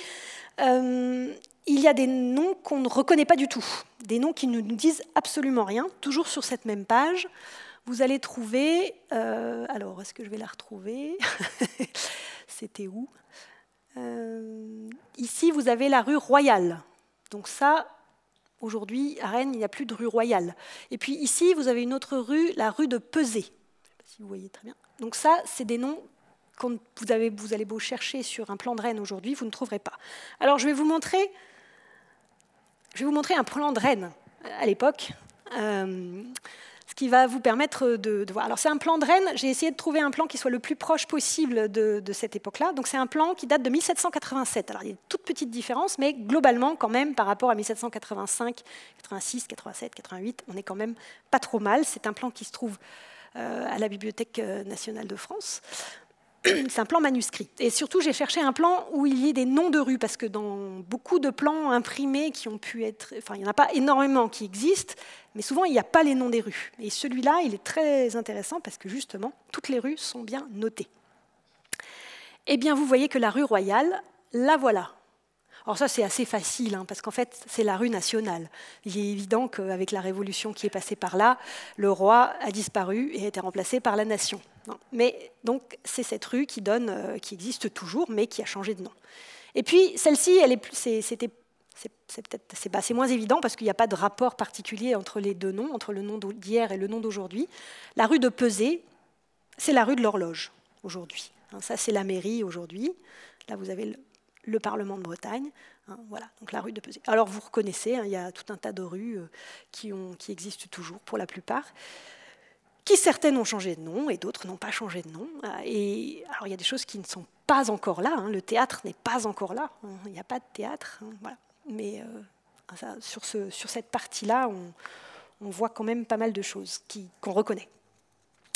euh, il y a des noms qu'on ne reconnaît pas du tout. Des noms qui ne nous disent absolument rien. Toujours sur cette même page, vous allez trouver... Euh, alors, est-ce que je vais la retrouver? C'était où? euh, Ici, vous avez la rue Royale. Donc ça, aujourd'hui, à Rennes, il n'y a plus de rue Royale. Et puis ici, vous avez une autre rue, la rue de Pesé. Je ne sais pas si vous voyez très bien. Donc ça, c'est des noms que vous, avez, vous allez beau chercher sur un plan de Rennes aujourd'hui, vous ne trouverez pas. Alors, je vais vous montrer, je vais vous montrer un plan de Rennes à l'époque. Euh, ce qui va vous permettre de, de voir. Alors c'est un plan de Rennes, j'ai essayé de trouver un plan qui soit le plus proche possible de, de cette époque-là. Donc c'est un plan qui date de mille sept cent quatre-vingt-sept. Alors il y a une toute petite différence, mais globalement quand même par rapport à mille sept cent quatre-vingt-cinq, quatre-vingt-six, quatre-vingt-sept, quatre-vingt-huit, on est quand même pas trop mal. C'est un plan qui se trouve euh, à la Bibliothèque nationale de France. C'est un plan manuscrit. Et surtout, j'ai cherché un plan où il y ait des noms de rues, parce que dans beaucoup de plans imprimés qui ont pu être... Enfin, il n'y en a pas énormément qui existent, mais souvent, il n'y a pas les noms des rues. Et celui-là, il est très intéressant, parce que justement, toutes les rues sont bien notées. Eh bien, vous voyez que la rue Royale, la voilà. Alors ça, c'est assez facile, hein, parce qu'en fait, c'est la rue nationale. Il est évident qu'avec la révolution qui est passée par là, le roi a disparu et a été remplacé par la nation. Non. Mais donc, c'est cette rue qui, donne, euh, qui existe toujours, mais qui a changé de nom. Et puis, celle-ci, elle est plus, c'est, c'était, c'est, c'est, peut-être, c'est, bah, c'est moins évident, parce qu'il n'y a pas de rapport particulier entre les deux noms, entre le nom d'hier et le nom d'aujourd'hui. La rue de Pesé, c'est la rue de l'Horloge, aujourd'hui. Hein, ça, c'est la mairie, aujourd'hui. Là, vous avez le... le Parlement de Bretagne, hein, voilà, donc la rue de Pesé. Alors vous reconnaissez, hein, il y a tout un tas de rues euh, qui, ont, qui existent toujours pour la plupart, qui certaines ont changé de nom et d'autres n'ont pas changé de nom. Et alors il y a des choses qui ne sont pas encore là, hein, le théâtre n'est pas encore là, hein, il n'y a pas de théâtre, hein, voilà. Mais euh, ça, sur, ce, sur cette partie-là, on, on voit quand même pas mal de choses qui, qu'on reconnaît.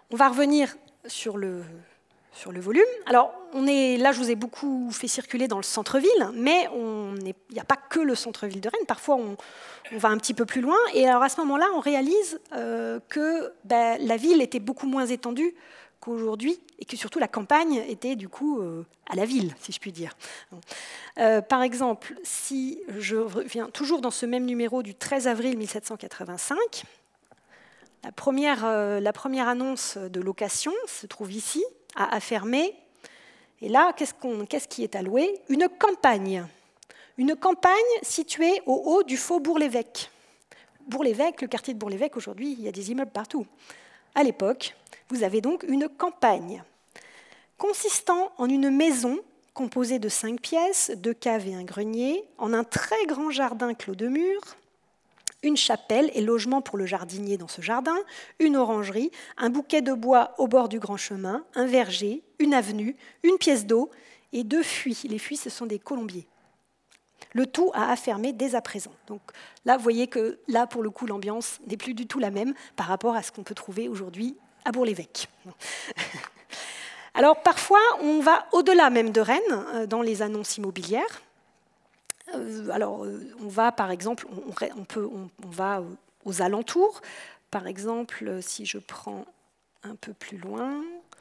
On va revenir sur le, sur le volume. Alors, on est, là, je vous ai beaucoup fait circuler dans le centre-ville, mais il n'y a pas que le centre-ville de Rennes. Parfois, on, on va un petit peu plus loin. Et alors, à ce moment-là, on réalise euh, que ben, la ville était beaucoup moins étendue qu'aujourd'hui, et que surtout la campagne était du coup euh, à la ville, si je puis dire. Euh, par exemple, si je reviens toujours dans ce même numéro du treize avril mille sept cent quatre-vingt-cinq, la première, euh, la première annonce de location se trouve ici, à Affermé. Et là, qu'est-ce, qu'on, qu'est-ce qui est alloué ? Une campagne. Une campagne située au haut du faux Bourg-l'Évêque. Bourg-l'Évêque, le quartier de Bourg-l'Évêque, aujourd'hui, il y a des immeubles partout. À l'époque, vous avez donc une campagne consistant en une maison composée de cinq pièces, deux caves et un grenier, en un très grand jardin clos de murs, une chapelle et logement pour le jardinier dans ce jardin, une orangerie, un bouquet de bois au bord du grand chemin, un verger, une avenue, une pièce d'eau et deux fuies. Les fuies, ce sont des colombiers. Le tout à Affermé dès à présent. Donc là, vous voyez que là, pour le coup, l'ambiance n'est plus du tout la même par rapport à ce qu'on peut trouver aujourd'hui à Bourg-l'Évêque. Alors parfois, on va au-delà même de Rennes, dans les annonces immobilières. Alors, on va, par exemple, on, on, peut, on, on va aux alentours. Par exemple, si je prends un peu plus loin...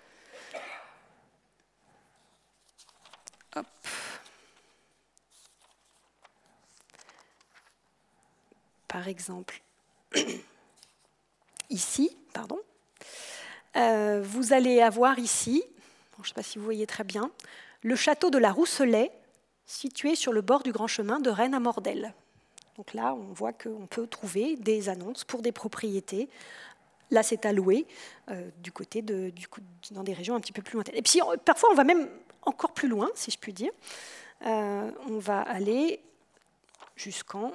Hop. Par exemple, ici, pardon, euh, vous allez avoir ici, je ne sais pas si vous voyez très bien, le château de la Rousselet, situé sur le bord du grand chemin de Rennes à Mordel. Donc là, on voit qu'on peut trouver des annonces pour des propriétés. Là, c'est à louer euh, du côté de, du, dans des régions un petit peu plus lointaines. Et puis, parfois, on va même encore plus loin, si je puis dire. Euh, on va aller jusqu'en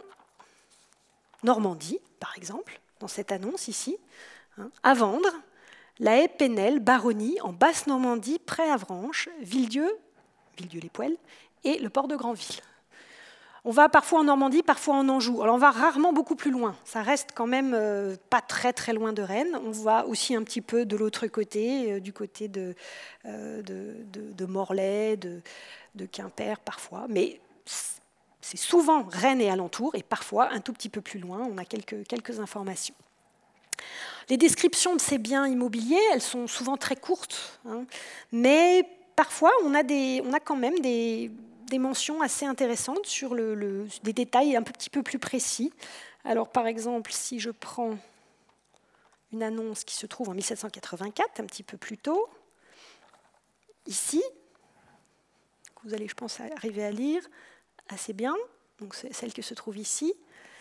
Normandie, par exemple, dans cette annonce ici, hein, à vendre, la haie Penel, baronnie, en Basse-Normandie, près Avranches, Villedieu, Villedieu-les-Poêles, et le port de Granville. On va parfois en Normandie, parfois en Anjou. Alors on va rarement beaucoup plus loin. Ça reste quand même euh, pas très très loin de Rennes. On va aussi un petit peu de l'autre côté, euh, du côté de, euh, de, de, de Morlaix, de, de Quimper parfois. Mais c'est souvent Rennes et alentours, et parfois un tout petit peu plus loin. On a quelques, quelques informations. Les descriptions de ces biens immobiliers, elles sont souvent très courtes, hein, mais parfois on a, des, on a quand même des... des mentions assez intéressantes sur le, le, des détails un petit peu plus précis. Alors, par exemple, si je prends une annonce qui se trouve en mille sept cent quatre-vingt-quatre, un petit peu plus tôt, ici, que vous allez, je pense, arriver à lire assez bien, donc c'est celle qui se trouve ici.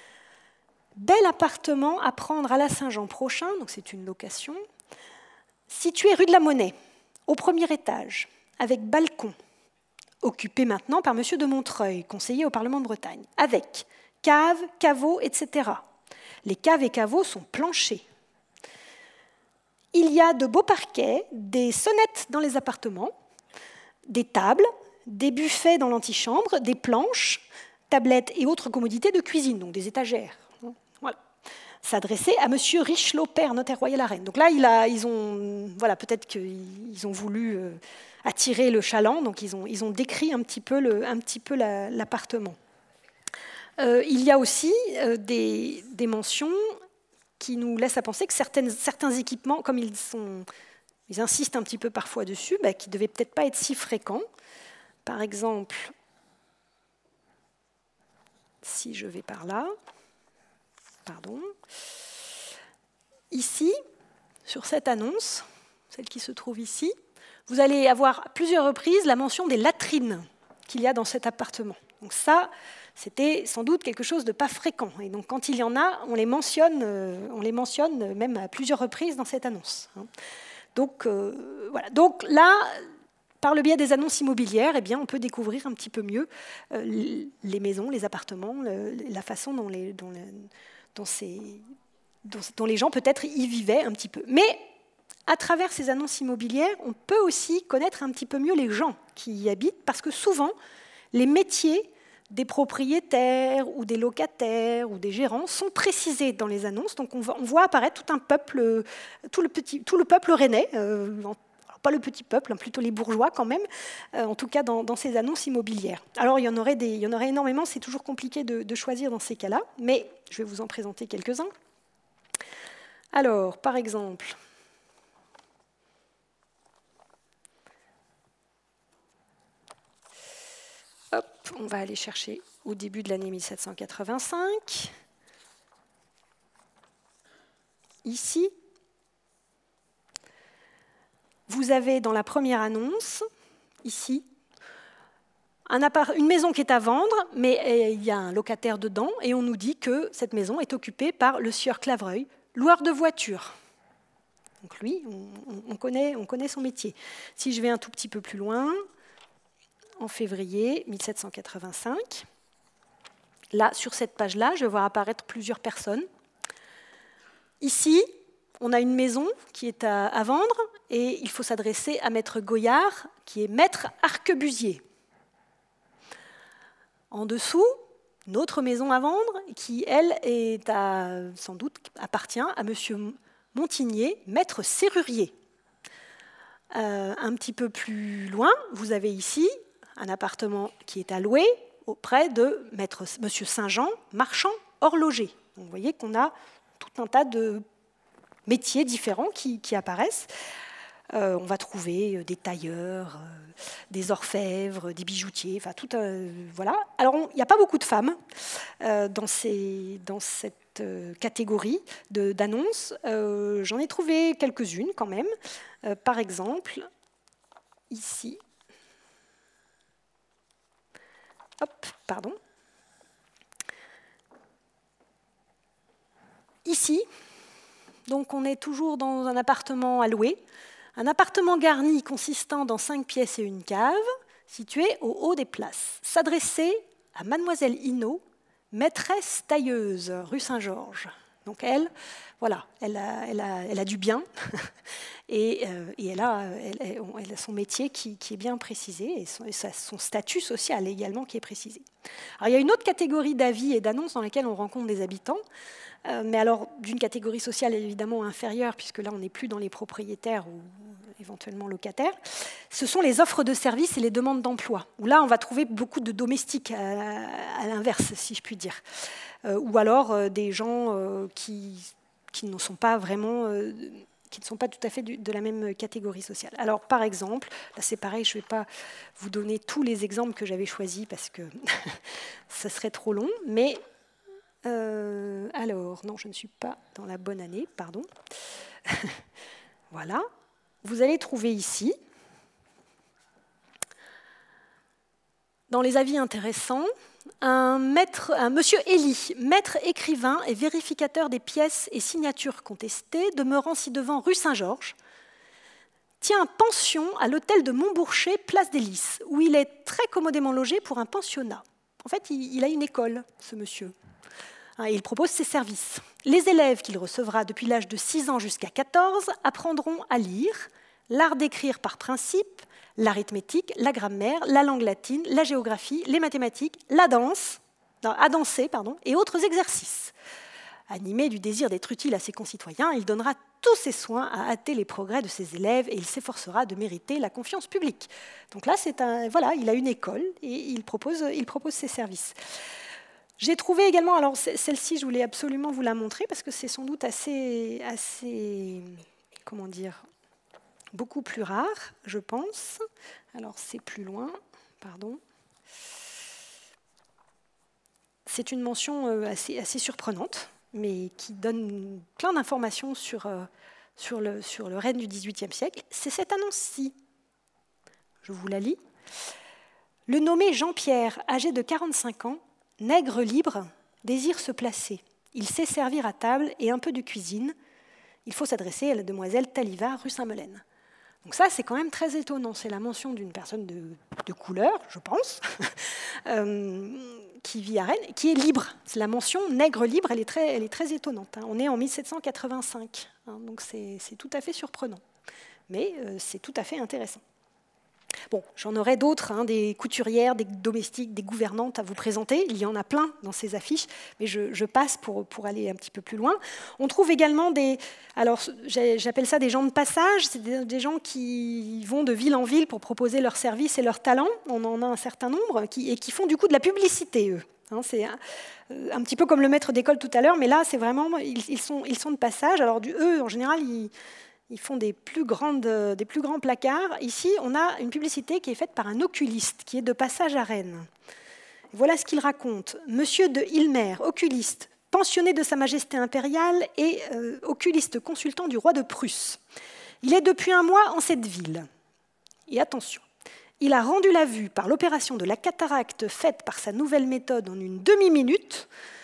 Bel appartement à prendre à la Saint-Jean prochain, donc c'est une location, situé rue de la Monnaie, au premier étage, avec balcon, occupé maintenant par M. de Montreuil, conseiller au Parlement de Bretagne, avec cave, caveau, et cetera. Les caves et caveaux sont planchers. Il y a de beaux parquets, des sonnettes dans les appartements, des tables, des buffets dans l'antichambre, des planches, tablettes et autres commodités de cuisine, donc des étagères. Voilà. S'adresser à M. Richelot, père, notaire royal à Rennes. Donc là, il a, ils ont, voilà, peut-être qu'ils ont voulu euh, attirer le chaland, donc ils ont, ils ont décrit un petit peu, le, un petit peu la, l'appartement. Euh, il y a aussi euh, des, des mentions qui nous laissent à penser que certaines, certains équipements, comme ils, sont, ils insistent un petit peu parfois dessus, bah, qui ne devaient peut-être pas être si fréquents. Par exemple, si je vais par là, pardon, ici, sur cette annonce, celle qui se trouve ici, vous allez avoir à plusieurs reprises la mention des latrines qu'il y a dans cet appartement. Donc ça, c'était sans doute quelque chose de pas fréquent. Et donc quand il y en a, on les mentionne, on les mentionne même à plusieurs reprises dans cette annonce. Donc euh, voilà. Donc là, par le biais des annonces immobilières, eh bien, on peut découvrir un petit peu mieux euh, les maisons, les appartements, le, la façon dont les, dont les, dont ces, dont, dont les gens peut-être y vivaient un petit peu. Mais à travers ces annonces immobilières, on peut aussi connaître un petit peu mieux les gens qui y habitent, parce que souvent, les métiers des propriétaires ou des locataires ou des gérants sont précisés dans les annonces. Donc on voit apparaître tout un peuple, tout le, petit, tout le peuple rennais, euh, pas le petit peuple, hein, plutôt les bourgeois quand même, euh, en tout cas dans, dans ces annonces immobilières. Alors il y en aurait, des, il y en aurait énormément, c'est toujours compliqué de, de choisir dans ces cas-là, mais je vais vous en présenter quelques-uns. Alors, par exemple, hop, on va aller chercher au début de l'année mille sept cent quatre-vingt-cinq. Ici, vous avez dans la première annonce, ici, un appart- une maison qui est à vendre, mais euh, il y a un locataire dedans, et on nous dit que cette maison est occupée par le sieur Clavreuil, loueur de voitures. Donc lui, on, on, connaît, on connaît son métier. Si je vais un tout petit peu plus loin, en février mille sept cent quatre-vingt-cinq. Là, sur cette page-là, je vais voir apparaître plusieurs personnes. Ici, on a une maison qui est à, à vendre et il faut s'adresser à maître Goyard, qui est maître arquebusier. En dessous, une autre maison à vendre qui, elle, est à, sans doute appartient à monsieur Montigné, maître serrurier. Euh, un petit peu plus loin, vous avez ici un appartement qui est à louer auprès de maître, monsieur Saint-Jean, marchand horloger. Donc vous voyez qu'on a tout un tas de métiers différents qui, qui apparaissent. Euh, on va trouver des tailleurs, euh, des orfèvres, des bijoutiers, enfin tout. Euh, voilà. Alors il n'y a pas beaucoup de femmes euh, dans, ces, dans cette euh, catégorie d'annonces. Euh, J'en ai trouvé quelques-unes quand même. Euh, par exemple, ici. Hop, pardon. Ici, donc on est toujours dans un appartement à louer, un appartement garni consistant dans cinq pièces et une cave, situé au haut des places. S'adresser à mademoiselle Hinault, maîtresse tailleuse, rue Saint-Georges. Donc elle, voilà, elle a, elle a, elle a du bien et, euh, et elle, a, elle, elle a son métier qui, qui est bien précisé et son, et son statut social également qui est précisé. Alors, il y a une autre catégorie d'avis et d'annonces dans laquelle on rencontre des habitants, euh, mais alors d'une catégorie sociale évidemment inférieure, puisque là on n'est plus dans les propriétaires ou éventuellement locataires. Ce sont les offres de services et les demandes d'emploi, où là on va trouver beaucoup de domestiques à, à l'inverse, si je puis dire. Euh, ou alors euh, des gens euh, qui, qui ne sont pas vraiment, euh, qui ne sont pas tout à fait du, de la même catégorie sociale. Alors par exemple, là c'est pareil, je ne vais pas vous donner tous les exemples que j'avais choisis parce que ça serait trop long, mais euh, alors, non, je ne suis pas dans la bonne année, pardon. Voilà, vous allez trouver ici, dans les avis intéressants, Un, maître, un monsieur Elie, maître écrivain et vérificateur des pièces et signatures contestées, demeurant ci-devant rue Saint-Georges, tient pension à l'hôtel de Montbourchet, place des Lys, où il est très commodément logé pour un pensionnat. En fait, il, il a une école, ce monsieur. Et il propose ses services. Les élèves qu'il recevra depuis l'âge de six ans jusqu'à quatorze apprendront à lire, l'art d'écrire par principe, l'arithmétique, la grammaire, la langue latine, la géographie, les mathématiques, la danse, non, à danser, pardon, et autres exercices. Animé du désir d'être utile à ses concitoyens, il donnera tous ses soins à hâter les progrès de ses élèves et il s'efforcera de mériter la confiance publique. Donc là, c'est un, voilà, il a une école et il propose, il propose ses services. J'ai trouvé également, alors celle-ci, je voulais absolument vous la montrer parce que c'est sans doute assez, assez, comment dire, beaucoup plus rare, je pense. Alors, c'est plus loin, pardon. C'est une mention assez, assez surprenante, mais qui donne plein d'informations sur, sur, le, sur le règne du dix-huitième siècle. C'est cette annonce-ci. Je vous la lis. Le nommé Jean-Pierre, âgé de quarante-cinq ans, nègre libre, désire se placer. Il sait servir à table et un peu de cuisine. Il faut s'adresser à la demoiselle Taliva, rue Saint-Melaine. Donc ça, c'est quand même très étonnant. C'est la mention d'une personne de, de couleur, je pense, euh, qui vit à Rennes, qui est libre. C'est la mention nègre libre, elle est très, elle est très étonnante. Hein. On est en mille sept cent quatre-vingt-cinq, hein, donc c'est tout à fait surprenant. Mais euh, c'est tout à fait intéressant. Bon, j'en aurais d'autres, hein, des couturières, des domestiques, des gouvernantes à vous présenter. Il y en a plein dans ces affiches, mais je, je passe pour, pour aller un petit peu plus loin. On trouve également des... Alors, j'appelle ça des gens de passage. C'est des, des gens qui vont de ville en ville pour proposer leurs services et leurs talents. On en a un certain nombre, qui, et qui font du coup de la publicité, eux. Hein, c'est un, un petit peu comme le maître d'école tout à l'heure, mais là, c'est vraiment... Ils, ils, sont, ils sont de passage. Alors, du, eux, en général, ils... Ils font des plus, grandes, des plus grands placards. Ici, on a une publicité qui est faite par un oculiste, qui est de passage à Rennes. Voilà ce qu'il raconte. Monsieur de Hilmer, oculiste, pensionné de Sa Majesté impériale et euh, oculiste consultant du roi de Prusse. Il est depuis un mois en cette ville. Et attention, il a rendu la vue par l'opération de la cataracte faite par sa nouvelle méthode en une demi-minute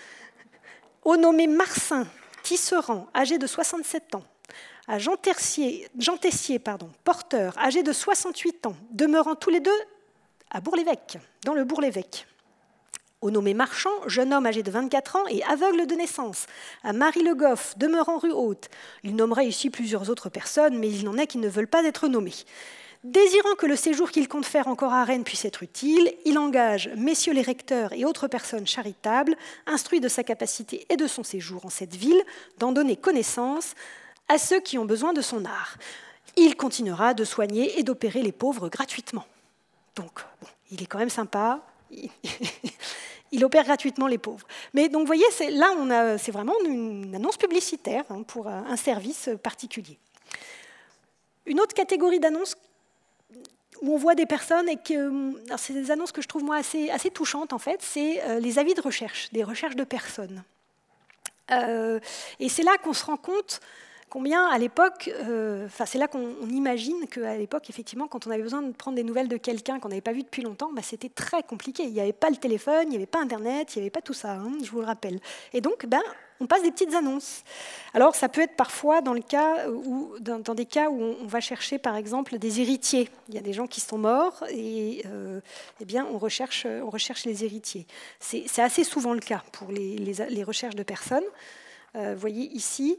au nommé Marcin Tisserand, âgé de soixante-sept ans, à Jean Tessier, Jean Tessier pardon, porteur, âgé de soixante-huit ans, demeurant tous les deux à Bourg-l'Évêque, dans le Bourg-l'Évêque. Au nommé Marchand, jeune homme âgé de vingt-quatre ans et aveugle de naissance, à Marie-Le Goff, demeurant rue Haute. Il nommerait ici plusieurs autres personnes, mais il en est qui ne veulent pas être nommés. Désirant que le séjour qu'il compte faire encore à Rennes puisse être utile, il engage messieurs les recteurs et autres personnes charitables, instruits de sa capacité et de son séjour en cette ville, d'en donner connaissance à ceux qui ont besoin de son art. Il continuera de soigner et d'opérer les pauvres gratuitement. Donc, bon, il est quand même sympa. Il, il opère gratuitement les pauvres. Mais donc, vous voyez, là, on a, c'est vraiment une annonce publicitaire hein, pour un service particulier. Une autre catégorie d'annonces où on voit des personnes, et que c'est des annonces que je trouve moi assez, assez touchantes, en fait, c'est euh, les avis de recherche, des recherches de personnes. Euh, et c'est là qu'on se rend compte combien, à l'époque, euh, c'est là qu'on imagine qu'à l'époque, effectivement, quand on avait besoin de prendre des nouvelles de quelqu'un qu'on n'avait pas vu depuis longtemps, bah, c'était très compliqué. Il n'y avait pas le téléphone, il n'y avait pas Internet, il n'y avait pas tout ça, hein, je vous le rappelle. Et donc, ben, on passe des petites annonces. Alors, ça peut être parfois dans, le cas où, dans, dans des cas où on, on va chercher, par exemple, des héritiers. Il y a des gens qui sont morts et euh, eh bien, on, recherche, on recherche les héritiers. C'est assez souvent le cas pour les, les, les recherches de personnes. Euh, vous voyez ici...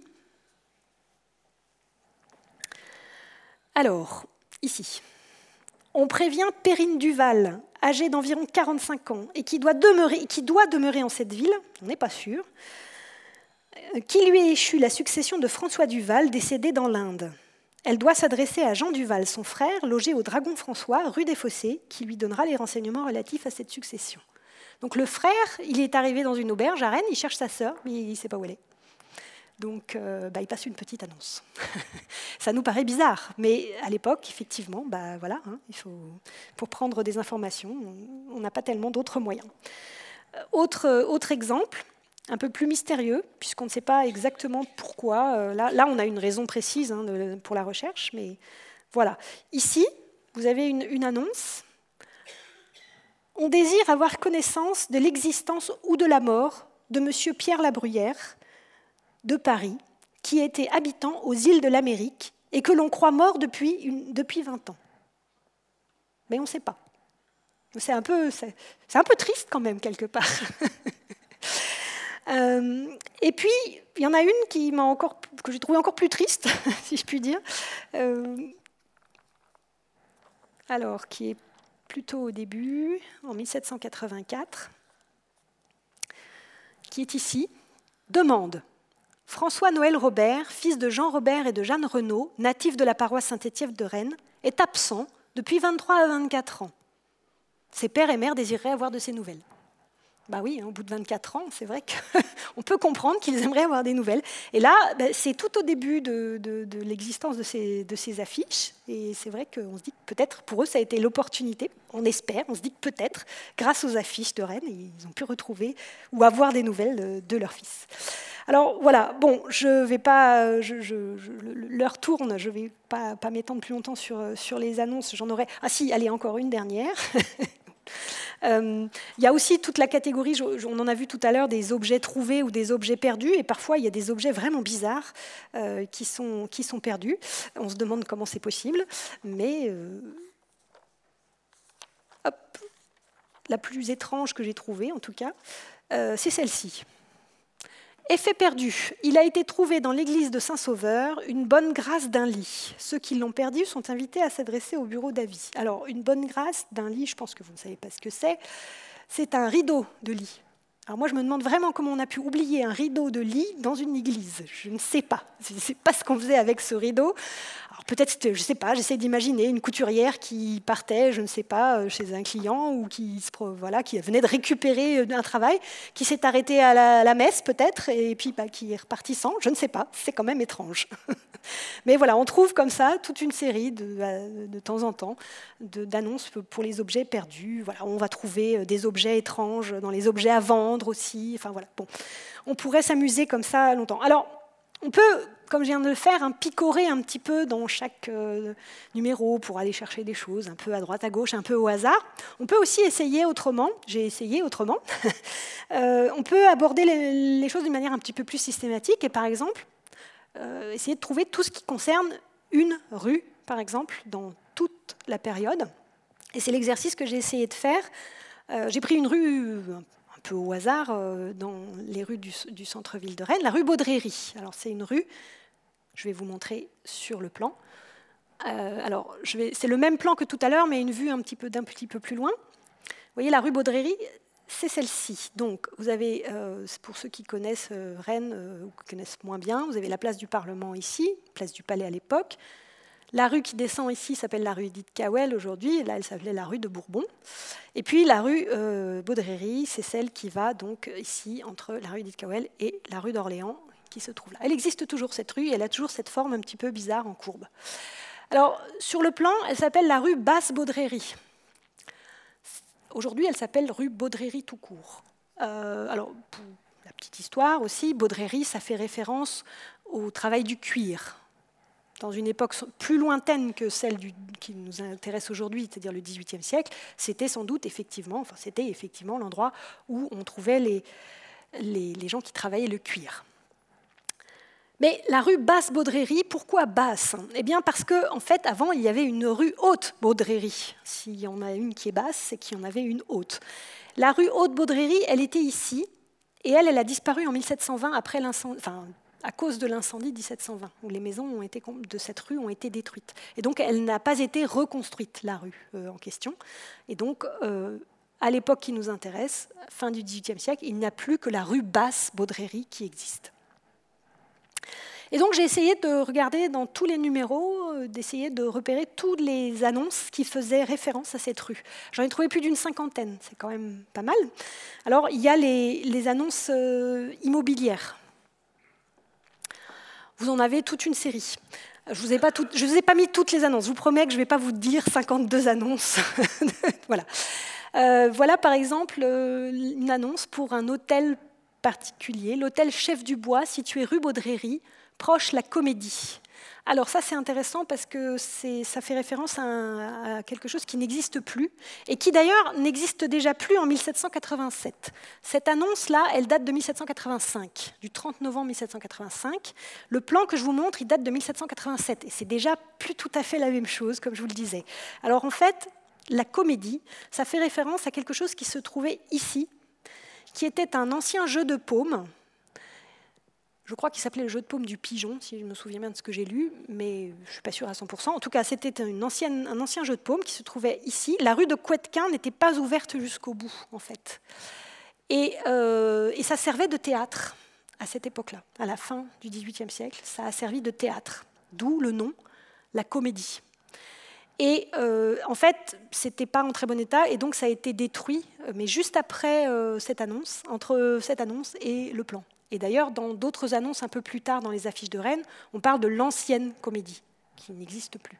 Alors, ici, on prévient Perrine Duval, âgée d'environ quarante-cinq ans, et qui doit demeurer, qui doit demeurer en cette ville, on n'est pas sûr, qui lui échut la succession de François Duval, décédé dans l'Inde. Elle doit s'adresser à Jean Duval, son frère, logé au Dragon François, rue des Fossés, qui lui donnera les renseignements relatifs à cette succession. Donc le frère, il est arrivé dans une auberge à Rennes, il cherche sa sœur, mais il ne sait pas où elle est. Donc, euh, bah, il passe une petite annonce. Ça nous paraît bizarre, mais à l'époque, effectivement, bah, voilà, hein, il faut, pour prendre des informations, on n'a pas tellement d'autres moyens. Autre, autre exemple, un peu plus mystérieux, puisqu'on ne sait pas exactement pourquoi. Euh, là, là, on a une raison précise hein, de, pour la recherche, mais voilà. Ici, vous avez une, une annonce. On désire avoir connaissance de l'existence ou de la mort de monsieur Pierre Labruyère, de Paris, qui était habitant aux îles de l'Amérique et que l'on croit mort depuis, une, depuis vingt ans. Mais on ne sait pas. C'est un peu, c'est un peu triste quand même, quelque part. euh, et puis, il y en a une qui m'a encore, que j'ai trouvée encore plus triste, si je puis dire, euh, alors, qui est plutôt au début, en mille sept cent quatre-vingt-quatre, qui est ici, demande. François-Noël Robert, fils de Jean Robert et de Jeanne Renaud, natif de la paroisse Saint-Étienne de Rennes, est absent depuis vingt-trois à vingt-quatre ans. Ses père et mère désireraient avoir de ses nouvelles. Bah oui, hein, au bout de vingt-quatre ans, c'est vrai qu'on peut comprendre qu'ils aimeraient avoir des nouvelles. Et là, bah, c'est tout au début de, de, de l'existence de ces, de ces affiches. Et c'est vrai qu'on se dit que peut-être, pour eux, ça a été l'opportunité, on espère, on se dit que peut-être, grâce aux affiches de Rennes, ils ont pu retrouver ou avoir des nouvelles de, de leur fils. Alors voilà, bon, je vais pas, je, je, je, l'heure tourne, je ne vais pas, pas m'étendre plus longtemps sur, sur les annonces, j'en aurai... Ah si, allez, encore une dernière. Euh, il y a aussi toute la catégorie, on en a vu tout à l'heure, des objets trouvés ou des objets perdus, et parfois il y a des objets vraiment bizarres euh, qui, sont, qui sont perdus. On se demande comment c'est possible, mais euh, hop, la plus étrange que j'ai trouvée, en tout cas, euh, c'est celle-ci. Effet perdu. Il a été trouvé dans l'église de Saint-Sauveur une bonne grâce d'un lit. Ceux qui l'ont perdu sont invités à s'adresser au bureau d'avis. Alors, une bonne grâce d'un lit, je pense que vous ne savez pas ce que c'est. C'est un rideau de lit. Alors moi, je me demande vraiment comment on a pu oublier un rideau de lit dans une église. Je ne sais pas. Je ne sais pas ce qu'on faisait avec ce rideau. Alors peut-être, je ne sais pas, j'essaie d'imaginer une couturière qui partait, je ne sais pas, chez un client ou qui, voilà, qui venait de récupérer un travail, qui s'est arrêtée à la, à la messe peut-être, et puis bah, qui est reparti sans, je ne sais pas. C'est quand même étrange. Mais voilà, on trouve comme ça toute une série de, de temps en temps de, d'annonces pour les objets perdus. Voilà, on va trouver des objets étranges dans les objets à vendre aussi. Enfin voilà, bon, on pourrait s'amuser comme ça longtemps. Alors, on peut, comme je viens de le faire, hein, picorer un petit peu dans chaque euh, numéro pour aller chercher des choses, un peu à droite, à gauche, un peu au hasard. On peut aussi essayer autrement. J'ai essayé autrement. euh, on peut aborder les, les choses d'une manière un petit peu plus systématique et, par exemple, Euh, essayer de trouver tout ce qui concerne une rue, par exemple, dans toute la période. Et c'est l'exercice que j'ai essayé de faire. Euh, j'ai pris une rue un peu au hasard euh, dans les rues du, du centre-ville de Rennes, la rue Baudréry. Alors c'est une rue, je vais vous montrer sur le plan. Euh, alors je vais, c'est le même plan que tout à l'heure, mais une vue un petit peu, d'un petit peu plus loin. Vous voyez, la rue Baudréry, c'est celle-ci. Donc, vous avez, euh, pour ceux qui connaissent euh, Rennes euh, ou qui connaissent moins bien, vous avez la place du Parlement ici, place du Palais à l'époque. La rue qui descend ici s'appelle la rue Edith Cavell aujourd'hui. Là, elle s'appelait la rue de Bourbon. Et puis, la rue euh, Baudréry, c'est celle qui va donc ici entre la rue Edith Cavell et la rue d'Orléans qui se trouve là. Elle existe toujours, cette rue, et elle a toujours cette forme un petit peu bizarre en courbe. Alors, sur le plan, elle s'appelle la rue Basse-Baudréry. Aujourd'hui, elle s'appelle rue Baudréry tout court. Euh, alors, pour la petite histoire aussi, Baudréry, ça fait référence au travail du cuir. Dans une époque plus lointaine que celle du, qui nous intéresse aujourd'hui, c'est-à-dire le dix-huitième siècle, c'était sans doute effectivement, enfin, c'était effectivement l'endroit où on trouvait les, les, les gens qui travaillaient le cuir. Mais la rue Basse-Baudréry, pourquoi basse ? Eh bien parce qu'en en fait, avant, il y avait une rue Haute-Baudréry. S'il y en a une qui est basse, c'est qu'il y en avait une haute. La rue Haute-Baudréry, elle était ici, et elle, elle a disparu en mille sept cent vingt après l'incendie, enfin, à cause de l'incendie de mille sept cent vingt, où les maisons ont été, de cette rue ont été détruites. Et donc, elle n'a pas été reconstruite, la rue euh, en question. Et donc, euh, à l'époque qui nous intéresse, fin du dix-huitième siècle, il n'y a plus que la rue Basse-Baudréry qui existe. Et donc j'ai essayé de regarder dans tous les numéros, d'essayer de repérer toutes les annonces qui faisaient référence à cette rue. J'en ai trouvé plus d'une cinquantaine, c'est quand même pas mal. Alors il y a les, les annonces immobilières. Vous en avez toute une série. Je ne vous ai pas tout, je vous ai pas mis toutes les annonces. Je vous promets que je ne vais pas vous dire cinquante-deux annonces. Voilà. Euh, voilà par exemple une annonce pour un hôtel particulier, l'hôtel Chef du Bois, situé rue Baudréry, proche la Comédie. Alors ça, c'est intéressant parce que c'est, ça fait référence à, un, à quelque chose qui n'existe plus et qui d'ailleurs n'existe déjà plus en mille sept cent quatre-vingt-sept. Cette annonce-là, elle date de mille sept cent quatre-vingt-cinq, du trente novembre mille sept cent quatre-vingt-cinq. Le plan que je vous montre, il date de mille sept cent quatre-vingt-sept et c'est déjà plus tout à fait la même chose, comme je vous le disais. Alors en fait, la Comédie, ça fait référence à quelque chose qui se trouvait ici, qui était un ancien jeu de paume. Je crois qu'il s'appelait le jeu de paume du pigeon, si je me souviens bien de ce que j'ai lu, mais je ne suis pas sûre à cent pour cent. En tout cas, c'était une ancienne, un ancien jeu de paume qui se trouvait ici. La rue de Couëtquin n'était pas ouverte jusqu'au bout, en fait. Et, euh, et ça servait de théâtre à cette époque-là, à la fin du dix-huitième siècle. Ça a servi de théâtre, d'où le nom, la Comédie. Et euh, en fait, ce n'était pas en très bon état, et donc ça a été détruit, mais juste après euh, cette annonce, entre cette annonce et le plan. Et d'ailleurs, dans d'autres annonces un peu plus tard dans les affiches de Rennes, on parle de l'ancienne Comédie, qui n'existe plus.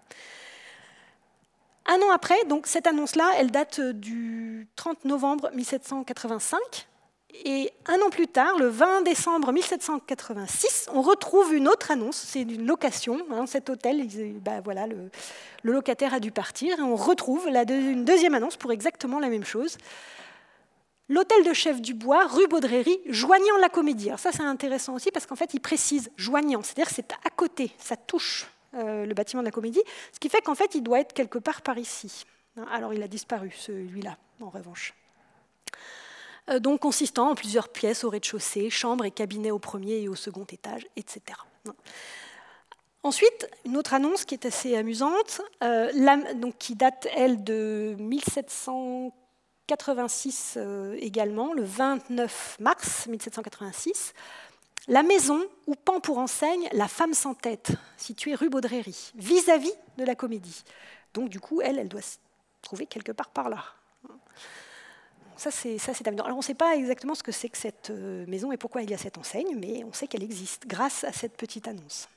Un an après, donc cette annonce-là, elle date du trente novembre mille sept cent quatre-vingt-cinq. Et un an plus tard, le vingt décembre mille sept cent quatre-vingt-six, on retrouve une autre annonce, c'est une location. Hein, cet hôtel, ben voilà, le, le locataire a dû partir, et on retrouve la, une deuxième annonce pour exactement la même chose. L'hôtel de Chef du Bois, rue Baudréry, joignant la Comédie. Alors ça, c'est intéressant aussi parce qu'en fait, il précise joignant, c'est-à-dire que c'est à côté, ça touche euh, le bâtiment de la Comédie, ce qui fait qu'en fait, il doit être quelque part par ici. Alors, il a disparu, celui-là, en revanche. euh, donc consistant en plusieurs pièces au rez-de-chaussée, chambres et cabinets au premier et au second étage, et cetera. Ensuite, une autre annonce qui est assez amusante, euh, la, donc, qui date, elle, de mille sept cent quatre-vingt-six euh, également, le vingt-neuf mars mille sept cent quatre-vingt-six. La maison où pend pour enseigne la femme sans tête, située rue Baudrerie, vis-à-vis de la Comédie. Donc, du coup, elle, elle doit se trouver quelque part par là. Ça, c'est, ça, c'est amusant. Alors, on ne sait pas exactement ce que c'est que cette maison et pourquoi il y a cette enseigne, mais on sait qu'elle existe grâce à cette petite annonce.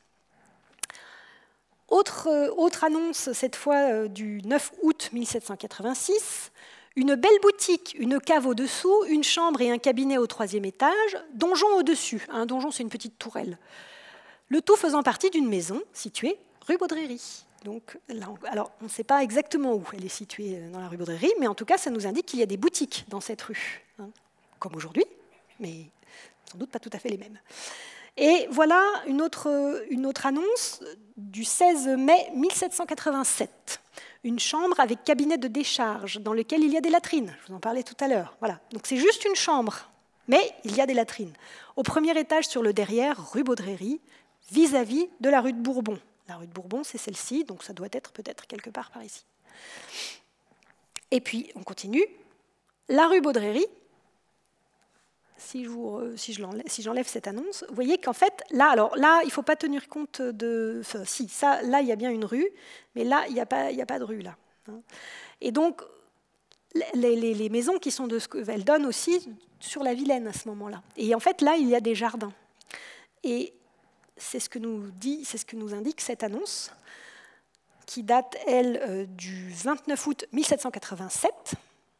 Autre, euh, autre annonce, cette fois euh, du neuf août mille sept cent quatre-vingt-six, une belle boutique, une cave au-dessous, une chambre et un cabinet au troisième étage, donjon au-dessus. Un donjon, c'est une petite tourelle. Le tout faisant partie d'une maison située rue Baudrerie. Donc, là, alors, on ne sait pas exactement où elle est située dans la rue Baudrerie, mais en tout cas, ça nous indique qu'il y a des boutiques dans cette rue, hein, comme aujourd'hui, mais sans doute pas tout à fait les mêmes. Et voilà une autre, une autre annonce du seize mai mille sept cent quatre-vingt-sept. Une chambre avec cabinet de décharge dans lequel il y a des latrines. Je vous en parlais tout à l'heure. Voilà. Donc c'est juste une chambre, mais il y a des latrines. Au premier étage sur le derrière, rue Baudrerie, vis-à-vis de la rue de Bourbon. La rue de Bourbon, c'est celle-ci, donc ça doit être peut-être quelque part par ici. Et puis, on continue. La rue Baudrerie, Si, je vous, si, je l'enlève, si j'enlève cette annonce, vous voyez qu'en fait, là, alors là, il ne faut pas tenir compte de... Enfin, si, ça, là, il y a bien une rue, mais là, il n'y a pas, il n'y a pas de rue, là. Et donc, les, les, les maisons qui sont de ce elles donnent aussi sur la Vilaine à ce moment-là. Et en fait, là, il y a des jardins. Et c'est ce que nous dit, c'est ce que nous indique cette annonce, qui date, elle, du vingt-neuf août mille sept cent quatre-vingt-sept.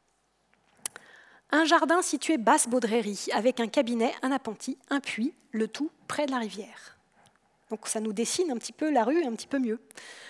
Un jardin situé basse Baudrerie, avec un cabinet, un appentis, un puits, le tout près de la rivière. Donc ça nous dessine un petit peu la rue un petit peu mieux.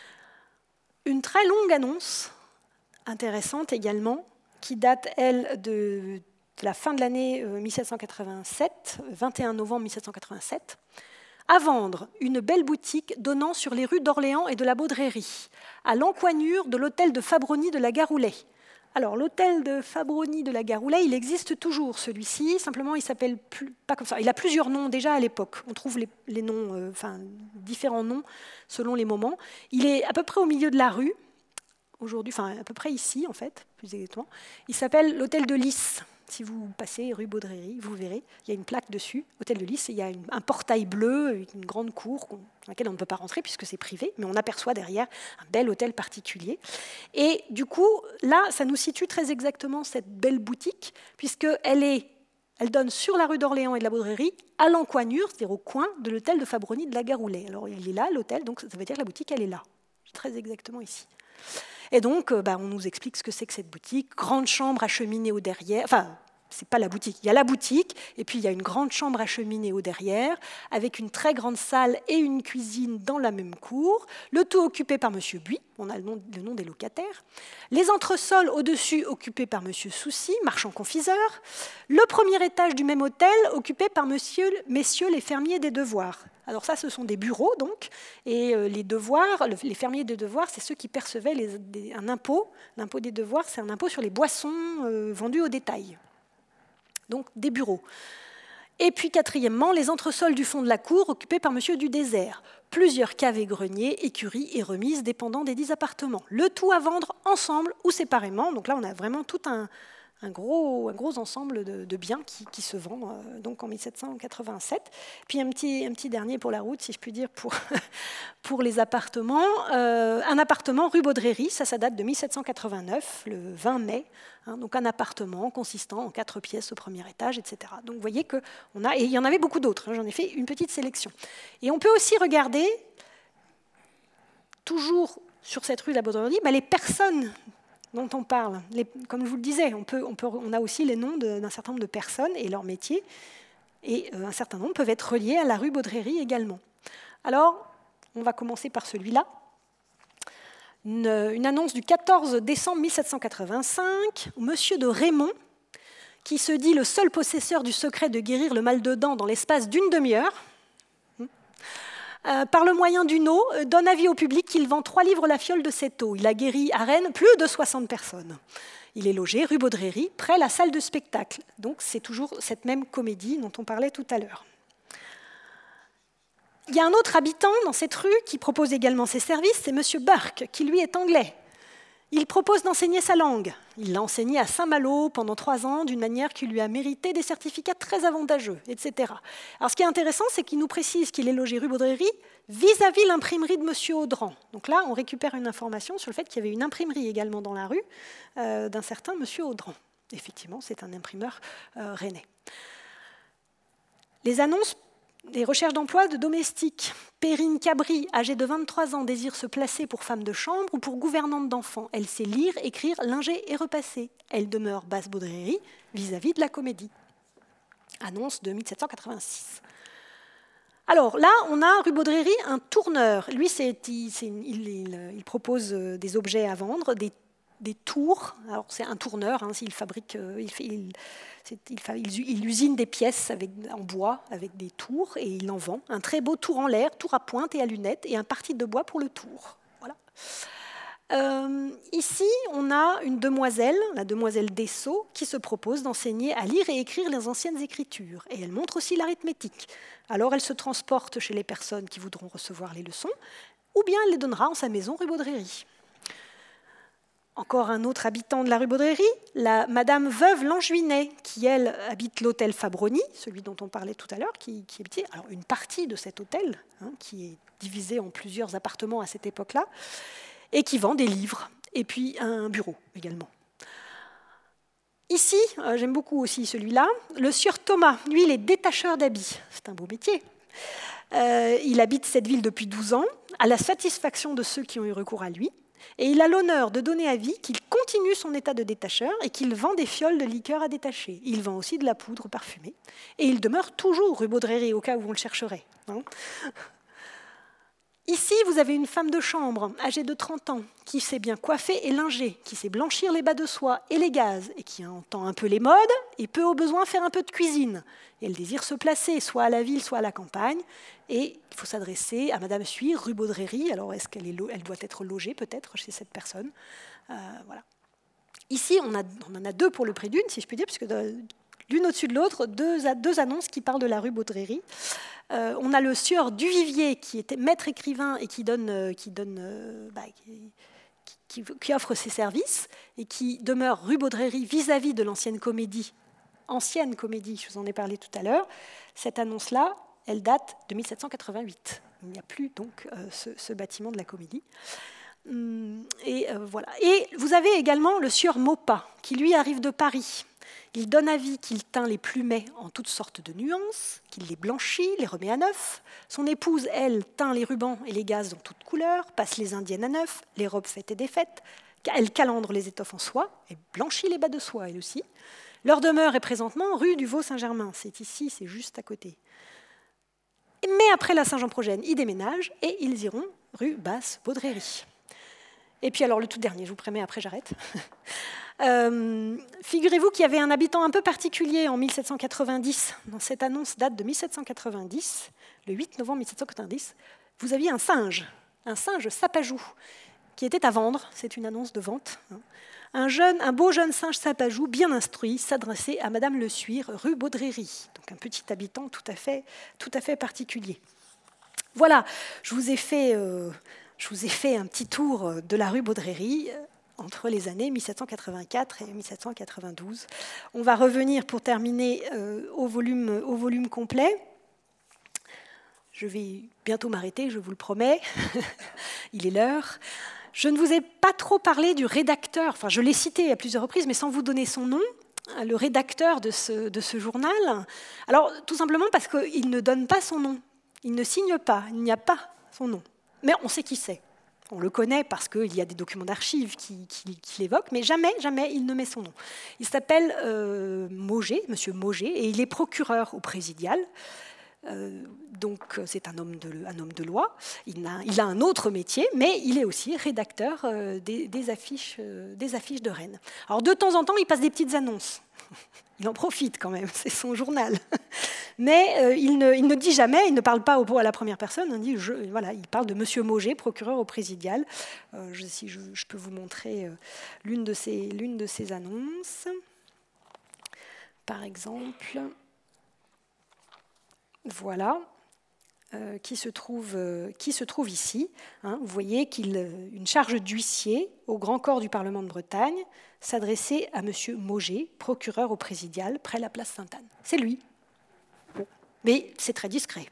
Une très longue annonce, intéressante également, qui date, elle, de, de la fin de l'année mille sept cent quatre-vingt-sept, vingt et un novembre mille sept cent quatre-vingt-sept. À vendre, une belle boutique donnant sur les rues d'Orléans et de la Baudrerie, à l'encoignure de l'hôtel de Fabbroni de la Garoulet. Alors, l'hôtel de Fabbroni de la Garoulet, il existe toujours, celui-ci. Simplement, il s'appelle plus, pas comme ça. Il a plusieurs noms déjà à l'époque. On trouve les, les noms, euh, enfin, différents noms selon les moments. Il est à peu près au milieu de la rue, aujourd'hui, enfin, à peu près ici, en fait, plus exactement. Il s'appelle l'hôtel de Lys. Si vous passez rue Baudrerie, vous verrez, il y a une plaque dessus, hôtel de Lys, et il y a une, un portail bleu avec une grande cour dans laquelle on ne peut pas rentrer puisque c'est privé, mais on aperçoit derrière un bel hôtel particulier. Et du coup, là, ça nous situe très exactement cette belle boutique, puisqu'elle est, elle donne sur la rue d'Orléans et de la Baudrerie, à l'encoignure, c'est-à-dire au coin de l'hôtel de Fabbroni de la Garoulet. Alors, il est là, l'hôtel, donc ça veut dire que la boutique, elle est là, très exactement ici. Et donc, bah, on nous explique ce que c'est que cette boutique. Grande chambre à cheminée au derrière. Enfin, c'est pas la boutique. Il y a la boutique, et puis il y a une grande chambre à cheminée au derrière, avec une très grande salle et une cuisine dans la même cour. Le tout occupé par Monsieur Buis. On a le nom, le nom des locataires. Les entresols au-dessus occupés par Monsieur Soucy, marchand confiseur. Le premier étage du même hôtel occupé par monsieur, messieurs les fermiers des devoirs. Alors ça, ce sont des bureaux, donc, et euh, les devoirs, le, les fermiers des devoirs, c'est ceux qui percevaient les, des, un impôt. L'impôt des devoirs, c'est un impôt sur les boissons euh, vendues au détail. Donc, des bureaux. Et puis, quatrièmement, les entresols du fond de la cour, occupés par Monsieur du Désert. Plusieurs caves et greniers, écuries et remises dépendant des dix appartements. Le tout à vendre ensemble ou séparément. Donc là, on a vraiment tout un... Un gros, un gros ensemble de, de biens qui, qui se vend euh, donc en mille sept cent quatre-vingt-sept. Puis un petit, un petit dernier pour la route, si je puis dire, pour, pour les appartements. Euh, un appartement rue Baudrerie, ça, ça date de mille sept cent quatre-vingt-neuf, le vingt mai. Hein, donc un appartement consistant en quatre pièces au premier étage, et cetera. Donc vous voyez qu'on a, et il y en avait beaucoup d'autres, hein, j'en ai fait une petite sélection. Et on peut aussi regarder, toujours sur cette rue de la Baudrerie, bah, les personnes dont on parle. Les, comme je vous le disais, on, peut, on, peut, on a aussi les noms d'un certain nombre de personnes et leurs métiers, et euh, un certain nombre peuvent être reliés à la rue Baudrerie également. Alors, on va commencer par celui-là. Une, une annonce du quatorze décembre mille sept cent quatre-vingt-cinq, où Monsieur de Raymond, qui se dit le seul possesseur du secret de guérir le mal de dents dans l'espace d'une demi-heure, euh, par le moyen d'une eau, euh, donne avis au public qu'il vend trois livres la fiole de cette eau. Il a guéri à Rennes plus de soixante personnes. Il est logé rue Baudrerie, près la salle de spectacle. Donc c'est toujours cette même comédie dont on parlait tout à l'heure. Il y a un autre habitant dans cette rue qui propose également ses services, c'est M. Burke, qui lui est anglais. Il propose d'enseigner sa langue. Il l'a enseigné à Saint-Malo pendant trois ans d'une manière qui lui a mérité des certificats très avantageux, et cetera. Alors ce qui est intéressant, c'est qu'il nous précise qu'il est logé rue Baudrerie vis-à-vis l'imprimerie de M. Audran. Donc là, on récupère une information sur le fait qu'il y avait une imprimerie également dans la rue euh, d'un certain M. Audran. Effectivement, c'est un imprimeur euh, rennais. Les annonces des recherches d'emploi de domestiques. Perrine Cabri, âgée de vingt-trois ans, désire se placer pour femme de chambre ou pour gouvernante d'enfants. Elle sait lire, écrire, linger et repasser. Elle demeure basse Baudrerie vis-à-vis de la comédie. Annonce de mille sept cent quatre-vingt-six. Alors là, on a rue Baudrerie un tourneur. Lui, c'est, il, c'est, il, il, il propose des objets à vendre, des, des tours. Alors c'est un tourneur, hein, il fabrique, il fait... Il, Il, il usine des pièces avec, en bois avec des tours et il en vend. Un très beau tour en l'air, tour à pointe et à lunettes et un parti de bois pour le tour. Voilà. Euh, ici, on a une demoiselle, la demoiselle Dessau, qui se propose d'enseigner à lire et écrire les anciennes écritures. Et elle montre aussi l'arithmétique. Alors elle se transporte chez les personnes qui voudront recevoir les leçons ou bien elle les donnera en sa maison rue Baudrerie. Encore un autre habitant de la rue Baudrerie, la Madame Veuve Lanjuinet, qui, elle, habite l'hôtel Fabroni, celui dont on parlait tout à l'heure, qui, qui habitait alors, une partie de cet hôtel, hein, qui est divisé en plusieurs appartements à cette époque-là, et qui vend des livres, et puis un bureau également. Ici, euh, j'aime beaucoup aussi celui-là, le sieur Thomas, lui, il est détacheur d'habits. C'est un beau métier. Euh, il habite cette ville depuis douze ans, à la satisfaction de ceux qui ont eu recours à lui. Et il a l'honneur de donner avis qu'il continue son état de détacheur et qu'il vend des fioles de liqueur à détacher. Il vend aussi de la poudre parfumée. Et il demeure toujours rue Baudrerie, au cas où on le chercherait. Hein. Ici, vous avez une femme de chambre, âgée de trente ans, qui sait bien coiffer et linger, qui sait blanchir les bas de soie et les gazes, et qui entend un peu les modes et peut au besoin faire un peu de cuisine. Et elle désire se placer, soit à la ville, soit à la campagne. Et il faut s'adresser à Madame Suire, rue Baudrerie. Alors, est-ce qu'elle est lo- elle doit être logée, peut-être, chez cette personne euh, voilà. Ici, on, a, on en a deux pour le prix d'une, si je puis dire, puisque de, l'une au-dessus de l'autre, deux, deux annonces qui parlent de la rue Baudrerie. Euh, on a le sieur Duvivier, qui était maître écrivain et qui, donne, euh, qui, donne, euh, bah, qui, qui, qui offre ses services, et qui demeure rue Baudrerie vis-à-vis de l'ancienne comédie. Ancienne comédie, je vous en ai parlé tout à l'heure. Cette annonce-là, elle date de mille sept cent quatre-vingt-huit. Il n'y a plus donc euh, ce, ce bâtiment de la comédie. Hum, et, euh, voilà. Et vous avez également le sieur Maupas, qui lui arrive de Paris. Il donne avis qu'il teint les plumets en toutes sortes de nuances, qu'il les blanchit, les remet à neuf. Son épouse, elle, teint les rubans et les gazes en toutes couleurs, passe les indiennes à neuf, les robes faites et défaites. Elle calandre les étoffes en soie et blanchit les bas de soie, elle aussi. Leur demeure est présentement rue du Vau-Saint-Germain. C'est ici, c'est juste à côté. Mais après la Saint-Jean-Progène, ils déménagent et ils iront rue Basse-Baudrerie. Et puis alors le tout dernier, je vous promets, après j'arrête. Euh, figurez-vous qu'il y avait un habitant un peu particulier en mille sept cent quatre-vingt-dix. Dans cette annonce date de mille sept cent quatre-vingt-dix, le huit novembre mille sept cent quatre-vingt-dix. Vous aviez un singe, un singe sapajou, qui était à vendre. C'est une annonce de vente. Un, jeune, un beau jeune singe sapajou, bien instruit, s'adressait à Madame Le Suire, rue Baudrerie. Donc un petit habitant tout à fait, tout à fait particulier. Voilà, je vous ai fait, euh, je vous ai fait un petit tour de la rue Baudrerie entre les années mille sept cent quatre-vingt-quatre et mille sept cent quatre-vingt-douze. On va revenir pour terminer euh, au, volume, au volume complet. Je vais bientôt m'arrêter, je vous le promets. Il est l'heure. Je ne vous ai pas trop parlé du rédacteur, enfin je l'ai cité à plusieurs reprises, mais sans vous donner son nom, le rédacteur de ce, de ce journal. Alors, tout simplement parce qu'il ne donne pas son nom. Il ne signe pas, il n'y a pas son nom. Mais on sait qui c'est. On le connaît parce qu'il y a des documents d'archives qui, qui, qui l'évoquent, mais jamais, jamais il ne met son nom. Il s'appelle euh, Mauger, Monsieur Mauger, et il est procureur au présidial. Euh, donc c'est un homme de, un homme de loi. Il a, il a un autre métier, mais il est aussi rédacteur euh, des, des, affiches, euh, des affiches de Rennes. Alors de temps en temps, il passe des petites annonces. Il en profite quand même, c'est son journal. mais euh, il, ne, il ne dit jamais, il ne parle pas au, à la première personne, il, dit, je, voilà, il parle de Monsieur Mauger, procureur au présidial. Euh, je, si je, je peux vous montrer euh, l'une de ces, l'une de ces annonces. Par exemple, voilà. Euh, qui, se trouve, euh, qui se trouve ici. Hein, vous voyez qu'une charge d'huissier au Grand Corps du Parlement de Bretagne s'adressait à M. Mauger, procureur au présidial, près la place Sainte-Anne. C'est lui. Bon. Mais c'est très discret.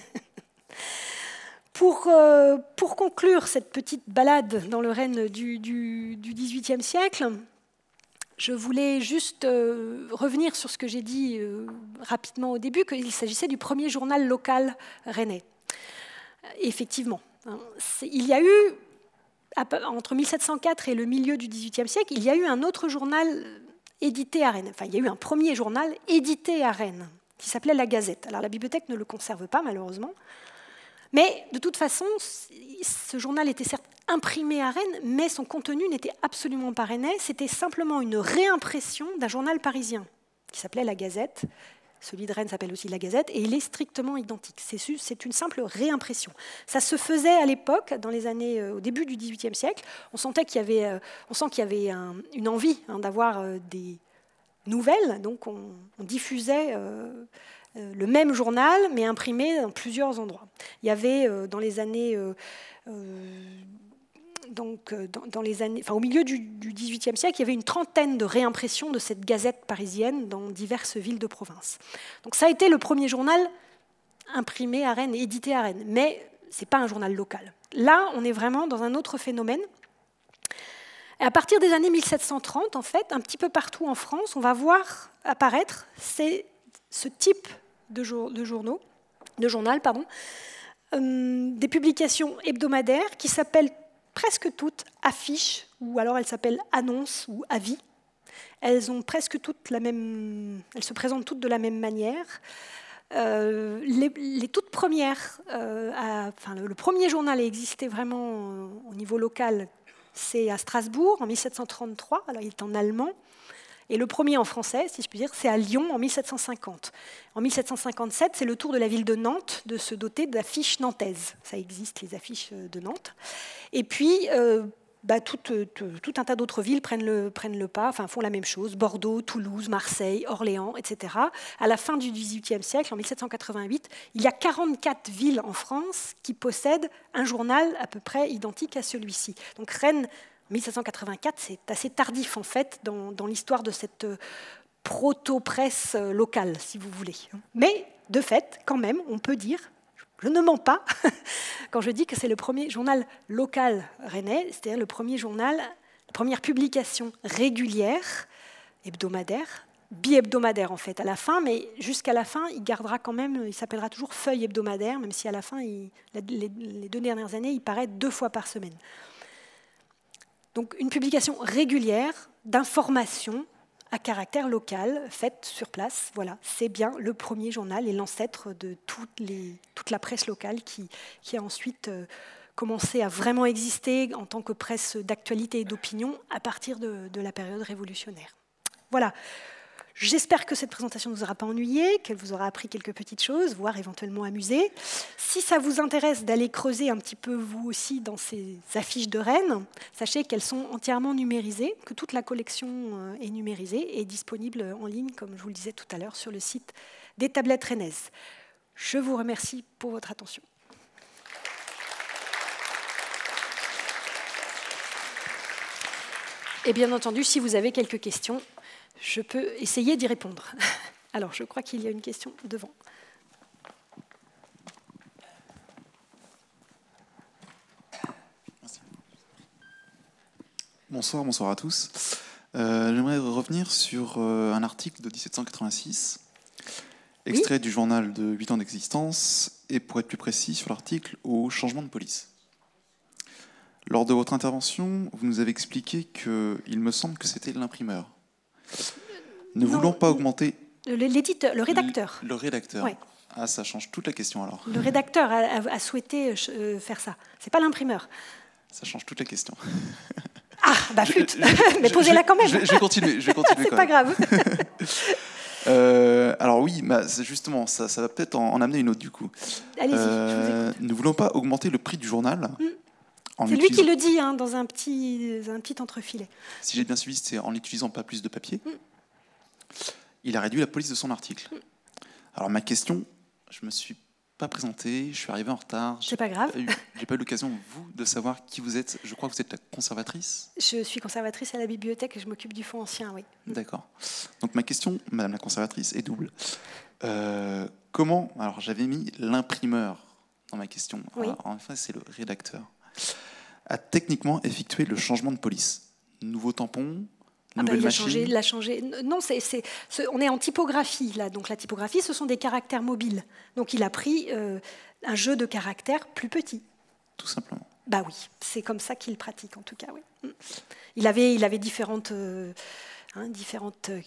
pour, euh, pour conclure cette petite balade dans le règne du, du, du dix-huitième siècle, je voulais juste euh, revenir sur ce que j'ai dit euh, rapidement au début, qu'il s'agissait du premier journal local rennais. Effectivement, hein, il y a eu, entre mille sept cent quatre et le milieu du dix-huitième siècle, il y a eu un autre journal édité à Rennes. Enfin, il y a eu un premier journal édité à Rennes, qui s'appelait La Gazette. Alors la bibliothèque ne le conserve pas, malheureusement. Mais de toute façon, ce journal était certes imprimé à Rennes, mais son contenu n'était absolument pas rennais. C'était simplement une réimpression d'un journal parisien qui s'appelait La Gazette. Celui de Rennes s'appelle aussi La Gazette, et il est strictement identique. C'est une simple réimpression. Ça se faisait à l'époque, dans les années, au début du dix-huitième siècle. On sentait qu'il y avait, on sent qu'il y avait un, une envie hein, d'avoir des nouvelles, donc on, on diffusait euh, le même journal, mais imprimé dans plusieurs endroits. Il y avait euh, dans les années, euh, euh, donc dans, dans les années, enfin au milieu du, du dix-huitième siècle, il y avait une trentaine de réimpressions de cette Gazette parisienne dans diverses villes de province. Donc ça a été le premier journal imprimé à Rennes, édité à Rennes, mais c'est pas un journal local. Là, on est vraiment dans un autre phénomène. Et à partir des années mille sept cent trente, en fait, un petit peu partout en France, on va voir apparaître ces, ce type de, jour, de journaux, de journal, pardon, euh, des publications hebdomadaires qui s'appellent presque toutes affiches, ou alors elles s'appellent annonces ou avis. Elles ont presque toutes la même, elles se présentent toutes de la même manière. Euh, les, les toutes premières, euh, à, enfin, le, le premier journal a existé vraiment euh, au niveau local, c'est à Strasbourg en mille sept cent trente-trois, alors il est en allemand. Et le premier en français, si je puis dire, c'est à Lyon en mille sept cent cinquante. En mille sept cent cinquante-sept, c'est le tour de la ville de Nantes de se doter d'affiches nantaises. Ça existe, les affiches de Nantes. Et puis, euh, bah, tout, tout, tout un tas d'autres villes prennent le, prennent le pas, enfin font la même chose. Bordeaux, Toulouse, Marseille, Orléans, et cetera. À la fin du dix-huitième siècle, en mille sept cent quatre-vingt-huit, il y a quarante-quatre villes en France qui possèdent un journal à peu près identique à celui-ci. Donc Rennes, mille sept cent quatre-vingt-quatre, c'est assez tardif en fait dans, dans l'histoire de cette proto-presse locale, si vous voulez. Mais de fait, quand même, on peut dire, je ne mens pas, quand je dis que c'est le premier journal local rennais, c'est-à-dire le premier journal, la première publication régulière, hebdomadaire, bi-hebdomadaire en fait à la fin, mais jusqu'à la fin, il gardera quand même, il s'appellera toujours feuille hebdomadaire, même si à la fin, il, les, les deux dernières années, il paraît deux fois par semaine. Donc une publication régulière d'informations à caractère local, faite sur place. Voilà, c'est bien le premier journal et l'ancêtre de toutes les, toute la presse locale qui, qui a ensuite euh, commencé à vraiment exister en tant que presse d'actualité et d'opinion à partir de, de la période révolutionnaire. Voilà. J'espère que cette présentation ne vous aura pas ennuyé, qu'elle vous aura appris quelques petites choses, voire éventuellement amusé. Si ça vous intéresse d'aller creuser un petit peu vous aussi dans ces affiches de Rennes, sachez qu'elles sont entièrement numérisées, que toute la collection est numérisée et disponible en ligne, comme je vous le disais tout à l'heure, sur le site des Tablettes Rennaises. Je vous remercie pour votre attention. Et bien entendu, si vous avez quelques questions, je peux essayer d'y répondre. Alors, je crois qu'il y a une question devant. Merci. Bonsoir, bonsoir à tous. Euh, J'aimerais revenir sur euh, un article de mille sept cent quatre-vingt-six, extrait oui. du journal de huit ans d'existence, et pour être plus précis, sur l'article au changement de police. Lors de votre intervention, vous nous avez expliqué qu'il me semble que c'était l'imprimeur. Ne non, voulons pas augmenter... L'éditeur, le rédacteur. Le, le rédacteur. Ouais. Ah, ça change toute la question alors. Le rédacteur a, a, a souhaité euh, faire ça. C'est pas l'imprimeur. Ça change toute la question. Ah, bah flûte. Je, je, Mais posez-la quand même. Je, je vais continuer. Je vais continuer C'est pas grave. Euh, alors oui, bah, c'est justement, ça, ça va peut-être en, en amener une autre du coup. Allez-y, Euh, je vous écoute. Nous ne voulons pas augmenter le prix du journal. Mm. En C'est lui qui utilisant- le dit hein, dans un petit, un petit entrefilet. Si j'ai bien suivi, c'est en n'utilisant pas plus de papier. Mm. Il a réduit la police de son article. Mm. Alors ma question, je me suis pas présenté, je suis arrivé en retard. C'est pas grave. J'ai pas eu, j'ai pas eu l'occasion, vous, de savoir qui vous êtes. Je crois que vous êtes la conservatrice. Je suis conservatrice à la bibliothèque et je m'occupe du fonds ancien, oui. D'accord. Donc ma question, Madame la conservatrice, est double. Euh, comment, alors j'avais mis l'imprimeur dans ma question. Oui. Alors, en fait, c'est le rédacteur. A techniquement effectué le changement de police. Nouveau tampon, Ah bah, nouvelle il a machine. changé, il a changé. Non, c'est, c'est, c'est- on est en typographie là. Donc la typographie, ce sont des caractères mobiles. Donc il a pris euh, un jeu de caractères plus petit. Tout simplement. Bah oui, c'est comme ça qu'il pratique en tout cas. Oui. Mm. Il avait, il avait différentes, euh, hein, différentes euh,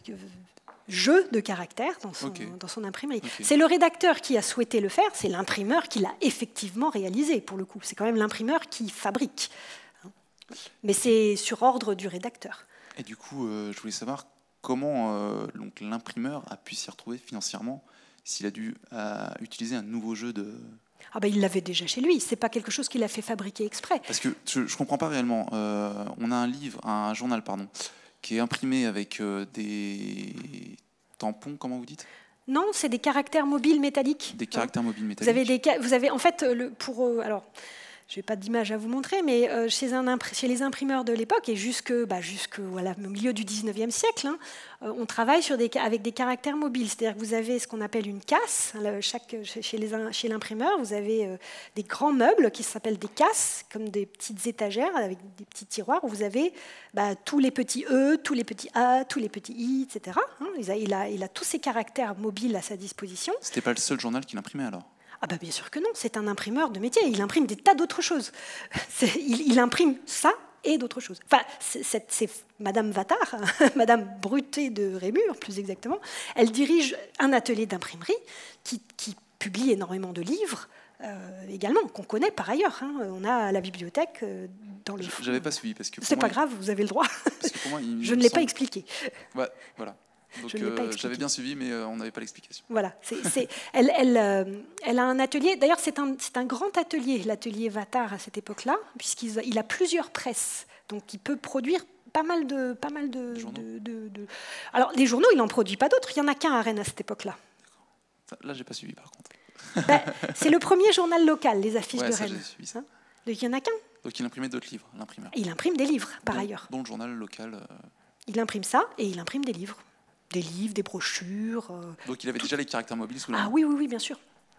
jeux de caractères dans son, Ok. dans son imprimerie. Ok. C'est le rédacteur qui a souhaité le faire. C'est l'imprimeur qui l'a effectivement réalisé pour le coup. C'est quand même l'imprimeur qui fabrique. Hein. Mais c'est sur ordre du rédacteur. Et du coup, euh, je voulais savoir comment euh, donc, l'imprimeur a pu s'y retrouver financièrement s'il a dû euh, utiliser un nouveau jeu de... Ah bah, il l'avait déjà chez lui. C'est pas quelque chose qu'il a fait fabriquer exprès. Parce que je ne comprends pas réellement. Euh, on a un livre, un journal, pardon, qui est imprimé avec euh, des tampons, comment vous dites? Non, c'est des caractères mobiles métalliques. Des caractères mobiles Vous métalliques. avez des, ca- vous avez en fait le, pour euh, alors. Je n'ai pas d'image à vous montrer, mais euh, chez, un impr- chez les imprimeurs de l'époque et jusque, bah, jusque voilà, au milieu du dix-neuvième siècle, hein, euh, on travaille sur des, ca- avec des caractères mobiles. C'est-à-dire que vous avez ce qu'on appelle une casse. Le- chaque, chez, chez les in- chez l'imprimeur, vous avez euh, des grands meubles qui s'appellent des casses, comme des petites étagères avec des petits tiroirs où vous avez bah, tous les petits E, tous les petits A, tous les petits I, et cetera. Hein, il, a, il, a, il a tous ces caractères mobiles à sa disposition. C'était pas le seul journal qu'il imprimait alors? Ah bah bien sûr que non, c'est un imprimeur de métier, il imprime des tas d'autres choses. C'est- il, il imprime ça et d'autres choses. Enfin, c'est, c'est- c'est Madame Vattard, Madame Bruté de Rémur, plus exactement, elle dirige un atelier d'imprimerie qui, qui publie énormément de livres, euh, également, qu'on connaît par ailleurs. Hein. On a à la bibliothèque, euh, dans le... J'avais pas suivi parce que pour C'est moi, pas il- grave, vous avez le droit. parce que pour moi, il Je me ne l'ai pas semble- expliqué. Ouais, voilà. Donc Je ne l'ai pas euh, expliqué. j'avais bien suivi, mais euh, on n'avait pas l'explication. Voilà, c'est, c'est- elle, elle, euh, elle a un atelier. D'ailleurs, c'est un, c'est un grand atelier, l'atelier Vattard à cette époque-là, puisqu'il a, il a plusieurs presses, donc il peut produire pas mal de, pas mal de, Des journaux. de- de- de- Alors, les journaux, il n'en produit pas d'autres. Il y en a qu'un à Rennes à cette époque-là. Ça, là, j'ai pas suivi par contre. Ben, c'est le premier journal local, les affiches Ouais, de ça, Rennes. j'ai suivi ça. Hein. Donc, il y en a qu'un. Donc il imprimait d'autres livres, l'imprimeur. Il imprime des livres, par Dont- ailleurs. Dont le journal local. euh, Il imprime ça et il imprime des livres, des livres, des brochures. euh, Donc il avait déjà les caractères mobiles sous la Ah main. oui, oui, oui, bien sûr.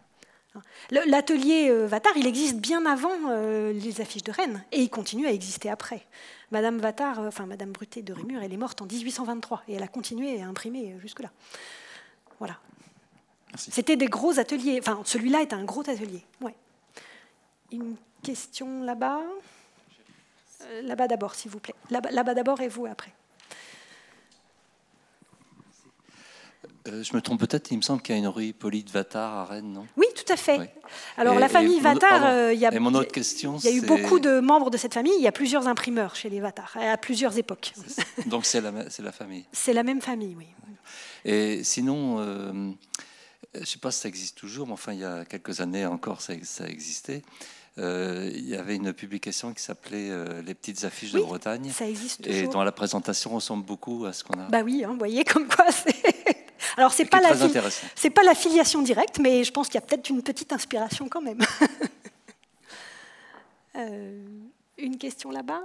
Le- L'atelier euh, Vattard, il existe bien avant euh, les affiches de Rennes et il continue à exister après. Madame Vattard, euh, enfin Madame Bruté de Rémur, elle est morte en dix-huit cent vingt-trois et elle a continué à imprimer euh, jusque-là. Voilà. Merci. C'était des gros ateliers. Enfin, celui-là est un gros atelier. Ouais. Une question là-bas. Euh, Là-bas d'abord, s'il vous plaît. Là-bas là-bas d'abord et vous après. Euh, je me trompe peut-être, il me semble qu'il y a une rue Hippolyte Vattard à Rennes, non? Oui, tout à fait. Oui. Alors Et- la famille et mon- Vattard, pardon. euh, il y a, Et mon autre question, il y a eu c'est- beaucoup de membres de cette famille. Il y a plusieurs imprimeurs chez les Vattard, à plusieurs époques. Donc c'est la, c'est la famille. C'est la même famille, oui. Et sinon, euh, je ne sais pas si ça existe toujours, mais enfin, il y a quelques années encore, ça, ça existait. Euh, il y avait une publication qui s'appelait euh, Les petites affiches Oui, de Bretagne. Ça existe Et toujours. dont la présentation ressemble beaucoup à ce qu'on a. Bah oui, hein, vous voyez comme quoi c'est. Alors c'est qui pas est la très fili- intéressant. c'est pas l'affiliation directe, mais je pense qu'il y a peut-être une petite inspiration quand même. Euh, une question là-bas.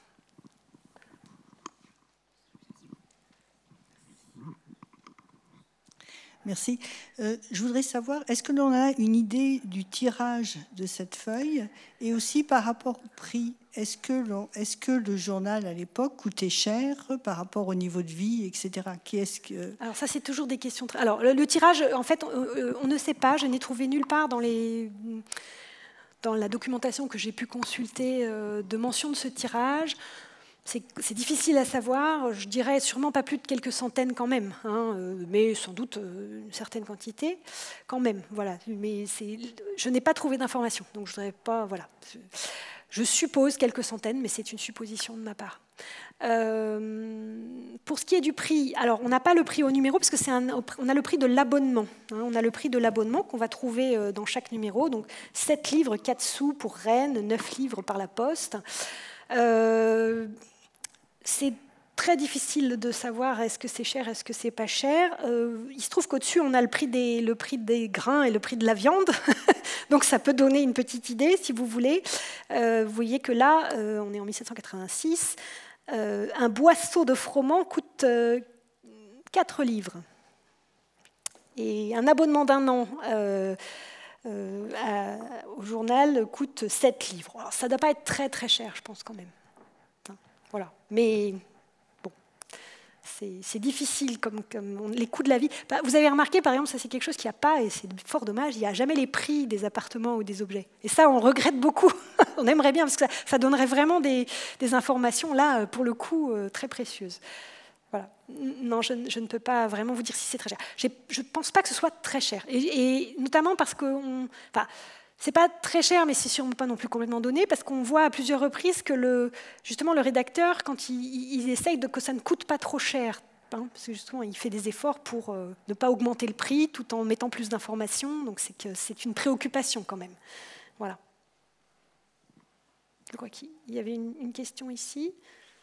Merci. Euh, je voudrais savoir, est-ce que l'on a une idée du tirage de cette feuille et aussi par rapport au prix? Est-ce que, l'on- est-ce que le journal à l'époque coûtait cher par rapport au niveau de vie, et cetera. Qui est-ce que... Alors ça, c'est toujours des questions. très- Alors le, le tirage, en fait, on, euh, on ne sait pas. Je n'ai trouvé nulle part dans les dans la documentation que j'ai pu consulter euh, de mention de ce tirage. C'est, c'est difficile à savoir. Je dirais sûrement pas plus de quelques centaines quand même, hein, euh, mais sans doute euh, une certaine quantité quand même. Voilà. Mais c'est, je n'ai pas trouvé d'informations, donc je voudrais pas. Voilà. Je suppose quelques centaines, mais c'est une supposition de ma part. Euh, Pour ce qui est du prix, alors on n'a pas le prix au numéro parce que c'est un, on a le prix de l'abonnement. Hein, on a le prix de l'abonnement qu'on va trouver dans chaque numéro. Donc sept livres, quatre sous pour Rennes, neuf livres par la poste. Euh, c'est très difficile de savoir est-ce que c'est cher, est-ce que c'est pas cher. Euh, il se trouve qu'au-dessus, on a le prix, des, le prix des grains et le prix de la viande. Donc ça peut donner une petite idée, si vous voulez. Euh, vous voyez que là, euh, on est en mille sept cent quatre-vingt-six. Euh, un boisseau de froment coûte euh, quatre livres. Et un abonnement d'un an euh, euh, à, au journal coûte sept livres. Alors, ça ne doit pas être très très cher, je pense quand même. Hein, voilà. Mais bon, c'est, c'est difficile comme, comme on, les coûts de la vie. Bah, vous avez remarqué, par exemple, ça c'est quelque chose qu'il n'y a pas, et c'est fort dommage, il n'y a jamais les prix des appartements ou des objets. Et ça, on regrette beaucoup. On aimerait bien, parce que ça, ça donnerait vraiment des, des informations, là, pour le coup, euh, très précieuses. Voilà. Non, je, je ne peux pas vraiment vous dire si c'est très cher. J'ai, je ne pense pas que ce soit très cher. Et, et notamment parce que... On, enfin, c'est pas très cher, mais c'est sûrement pas non plus complètement donné, parce qu'on voit à plusieurs reprises que le, justement le rédacteur, quand il, il essaye de, que ça ne coûte pas trop cher, hein, parce que justement il fait des efforts pour euh, ne pas augmenter le prix tout en mettant plus d'informations, donc c'est, que c'est une préoccupation quand même. Voilà. Je crois qu'il y avait une, une question ici.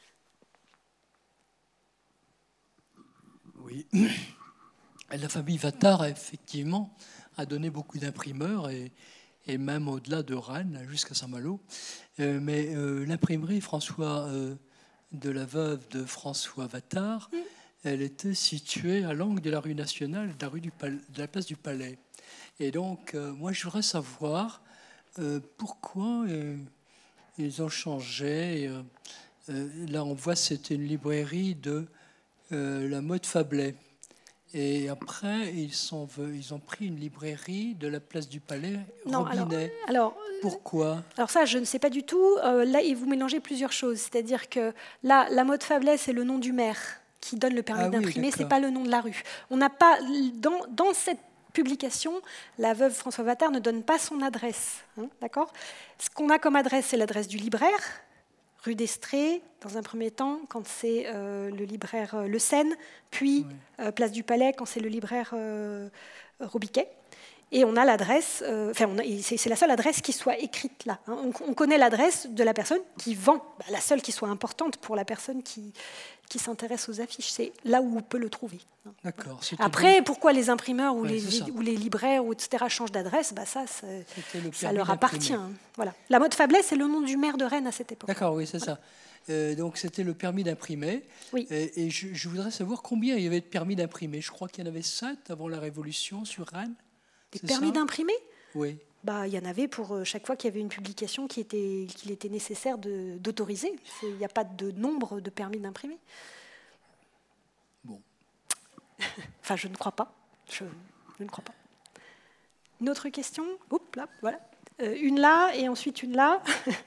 Oui. La famille Vattard, effectivement, a donné beaucoup d'imprimeurs, et et même au-delà de Rennes, jusqu'à Saint-Malo. Euh, mais euh, l'imprimerie François, euh, de la veuve de François Vattard, mmh. elle était située à l'angle de la rue Nationale, de la, rue du Palais, de la place du Palais. Et donc, euh, moi, je voudrais savoir euh, pourquoi euh, ils ont changé. Et, euh, là, on voit, c'était une librairie de euh, la Mode Fablet. Et après, ils, sont, ils ont pris une librairie de la place du Palais, non, Robinet. Alors, alors, pourquoi ? Alors ça, je ne sais pas du tout. Euh, là, vous mélangez plusieurs choses. C'est-à-dire que là, la Mode Fablet, c'est le nom du maire qui donne le permis ah, d'imprimer, oui, ce n'est pas le nom de la rue. On n'a pas, dans, dans cette publication, la veuve François Vattard ne donne pas son adresse. Hein, d'accord ? Ce qu'on a comme adresse, c'est l'adresse du libraire, rue d'Estrée, dans un premier temps, quand c'est euh, le libraire euh, Le Seine, puis oui. euh, place du Palais, quand c'est le libraire euh, Robiquet. Et on a l'adresse, euh, enfin, on a, c'est, c'est la seule adresse qui soit écrite là. Hein. On, on connaît l'adresse de la personne qui vend, bah, la seule qui soit importante pour la personne qui, qui s'intéresse aux affiches. C'est là où on peut le trouver. Hein. D'accord. Après, bon. Pourquoi les imprimeurs ou, ouais, les, ou les libraires, ou et cetera, changent d'adresse, bah, ça, ça leur appartient. Hein. Voilà. La Mode Fablet, c'est le nom du maire de Rennes à cette époque. D'accord, oui, c'est voilà. ça. Euh, donc, c'était le permis d'imprimer. Oui. Et, et je, je voudrais savoir combien il y avait de permis d'imprimer. Je crois qu'il y en avait sept avant la Révolution sur Rennes. Des permis ça d'imprimer ? Oui. Bah, il y en avait pour chaque fois qu'il y avait une publication qui était, qu'il était nécessaire de, d'autoriser. Il n'y a pas de nombre de permis d'imprimer. Bon. Enfin, je ne crois pas. Je, je ne crois pas. Une autre question ? Oups, là, voilà. Euh, une là et ensuite une là.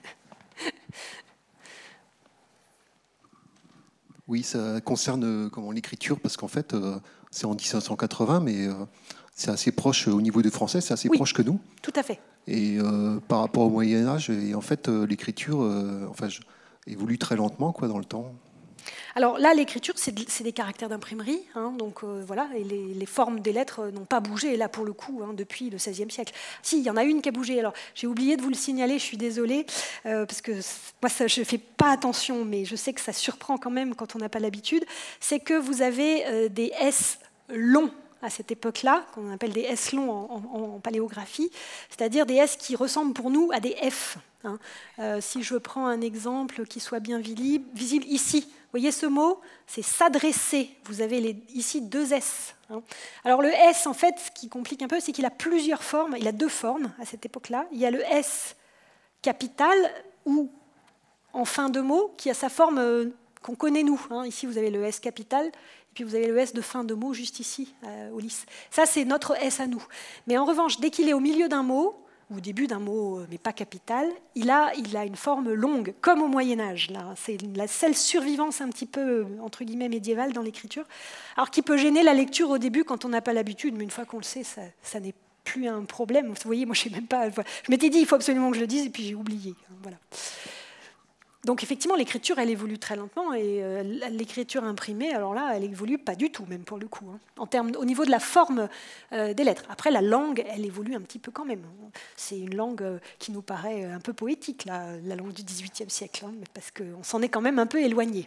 Oui, ça concerne comment, l'écriture, parce qu'en fait, euh, c'est en dix-sept cent quatre-vingts, mais... Euh, c'est assez proche au niveau du français, c'est assez oui, proche que nous. Tout à fait. Et euh, par rapport au Moyen-Âge, et en fait, euh, l'écriture euh, enfin, je, évolue très lentement quoi, dans le temps. Alors là, l'écriture, c'est, de, c'est des caractères d'imprimerie. Hein, donc euh, voilà, et les, les formes des lettres n'ont pas bougé, là, pour le coup, hein, depuis le seizième siècle. Si, il y en a une qui a bougé. Alors, j'ai oublié de vous le signaler, je suis désolée, euh, parce que moi, ça, je ne fais pas attention, mais je sais que ça surprend quand même quand on n'a pas l'habitude. C'est que vous avez euh, des S longs à cette époque-là, qu'on appelle des S longs en, en, en paléographie, c'est-à-dire des S qui ressemblent pour nous à des F. Hein. Euh, si je prends un exemple qui soit bien visible, visible ici, vous voyez ce mot, c'est s'adresser. Vous avez les, ici deux S. Hein. Alors le S, en fait, ce qui complique un peu, c'est qu'il a plusieurs formes. Il a deux formes à cette époque-là. Il y a le S capital ou en fin de mot, qui a sa forme euh, qu'on connaît nous. Hein. Ici, vous avez le S capital. Et puis vous avez le S de fin de mot juste ici, euh, au lys. Ça, c'est notre S à nous. Mais en revanche, dès qu'il est au milieu d'un mot, ou au début d'un mot, mais pas capital, il a, il a une forme longue, comme au Moyen-Âge. Là. C'est la seule survivance un petit peu, entre guillemets, médiévale dans l'écriture. Alors qui peut gêner la lecture au début quand on n'a pas l'habitude, mais une fois qu'on le sait, ça, ça n'est plus un problème. Vous voyez, moi, je sais même pas... Je m'étais dit, il faut absolument que je le dise, et puis j'ai oublié. Voilà. Donc effectivement, l'écriture, elle évolue très lentement, et euh, l'écriture imprimée, alors là, elle évolue pas du tout, même pour le coup, hein, en termes, au niveau de la forme euh, des lettres. Après, la langue, elle évolue un petit peu quand même. C'est une langue euh, qui nous paraît un peu poétique, là, la langue du dix-huitième siècle, hein, parce qu'on s'en est quand même un peu éloigné.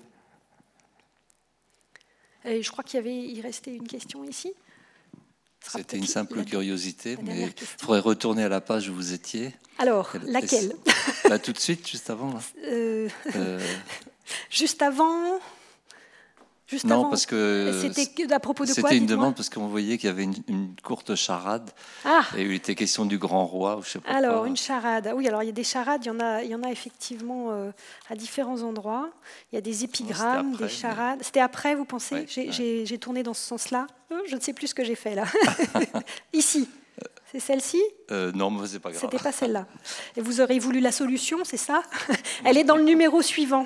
Et je crois qu'il y avait, il restait une question ici. C'était une simple la, curiosité, la mais il faudrait retourner à la page où vous étiez. Alors, laquelle? Bah, tout de suite, juste avant. Là. Euh, euh... Juste avant Juste Non, avant. parce que c'était à propos de quoi? C'était une demande parce qu'on voyait qu'il y avait une, une courte charade. Ah. Et il était question du grand roi, ou je sais pas. Alors, quoi. une charade. Oui, alors il y a des charades, il y en a, il y en a effectivement euh, à différents endroits. Il y a des épigrammes, non, après, des charades. Mais... C'était après, vous pensez? ouais, J'ai, ouais. j'ai, j'ai tourné dans ce sens-là. Je ne sais plus ce que j'ai fait là. Ici. C'est celle-ci? euh, Non, mais c'est pas grave. C'était pas celle-là. Et vous aurez voulu la solution, c'est ça? Elle est dans le numéro suivant.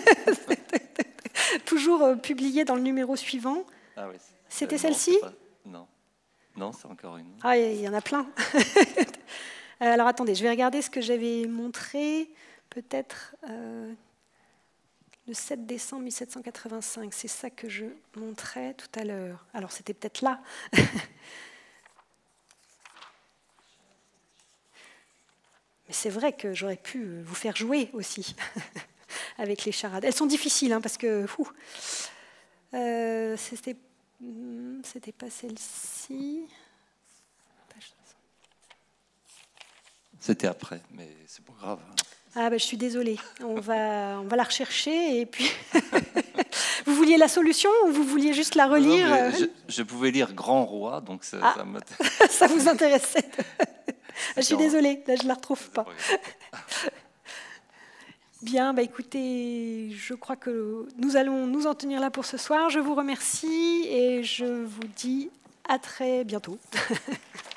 Toujours euh, publiée dans le numéro suivant. Ah oui. C'était euh, celle-ci? non, non, non, c'est encore une. Ah, il y en a plein. Alors attendez, je vais regarder ce que j'avais montré. Peut-être euh, le sept décembre mille sept cent quatre-vingt-cinq. C'est ça que je montrais tout à l'heure. Alors c'était peut-être là. Mais c'est vrai que j'aurais pu vous faire jouer aussi avec les charades. Elles sont difficiles, hein, parce que euh, c'était, c'était pas celle-ci. C'était après, mais c'est pas grave. Ah ben, je suis désolée. On va, on va la rechercher et puis. Vous vouliez la solution ou vous vouliez juste la relire? Non, je, je pouvais lire Grand Roi, donc ça, ah, ça m'intéresse. Ça vous intéressait? Je suis désolée, là je ne la retrouve pas. Bien, bah écoutez, je crois que nous allons nous en tenir là pour ce soir. Je vous remercie et je vous dis à très bientôt.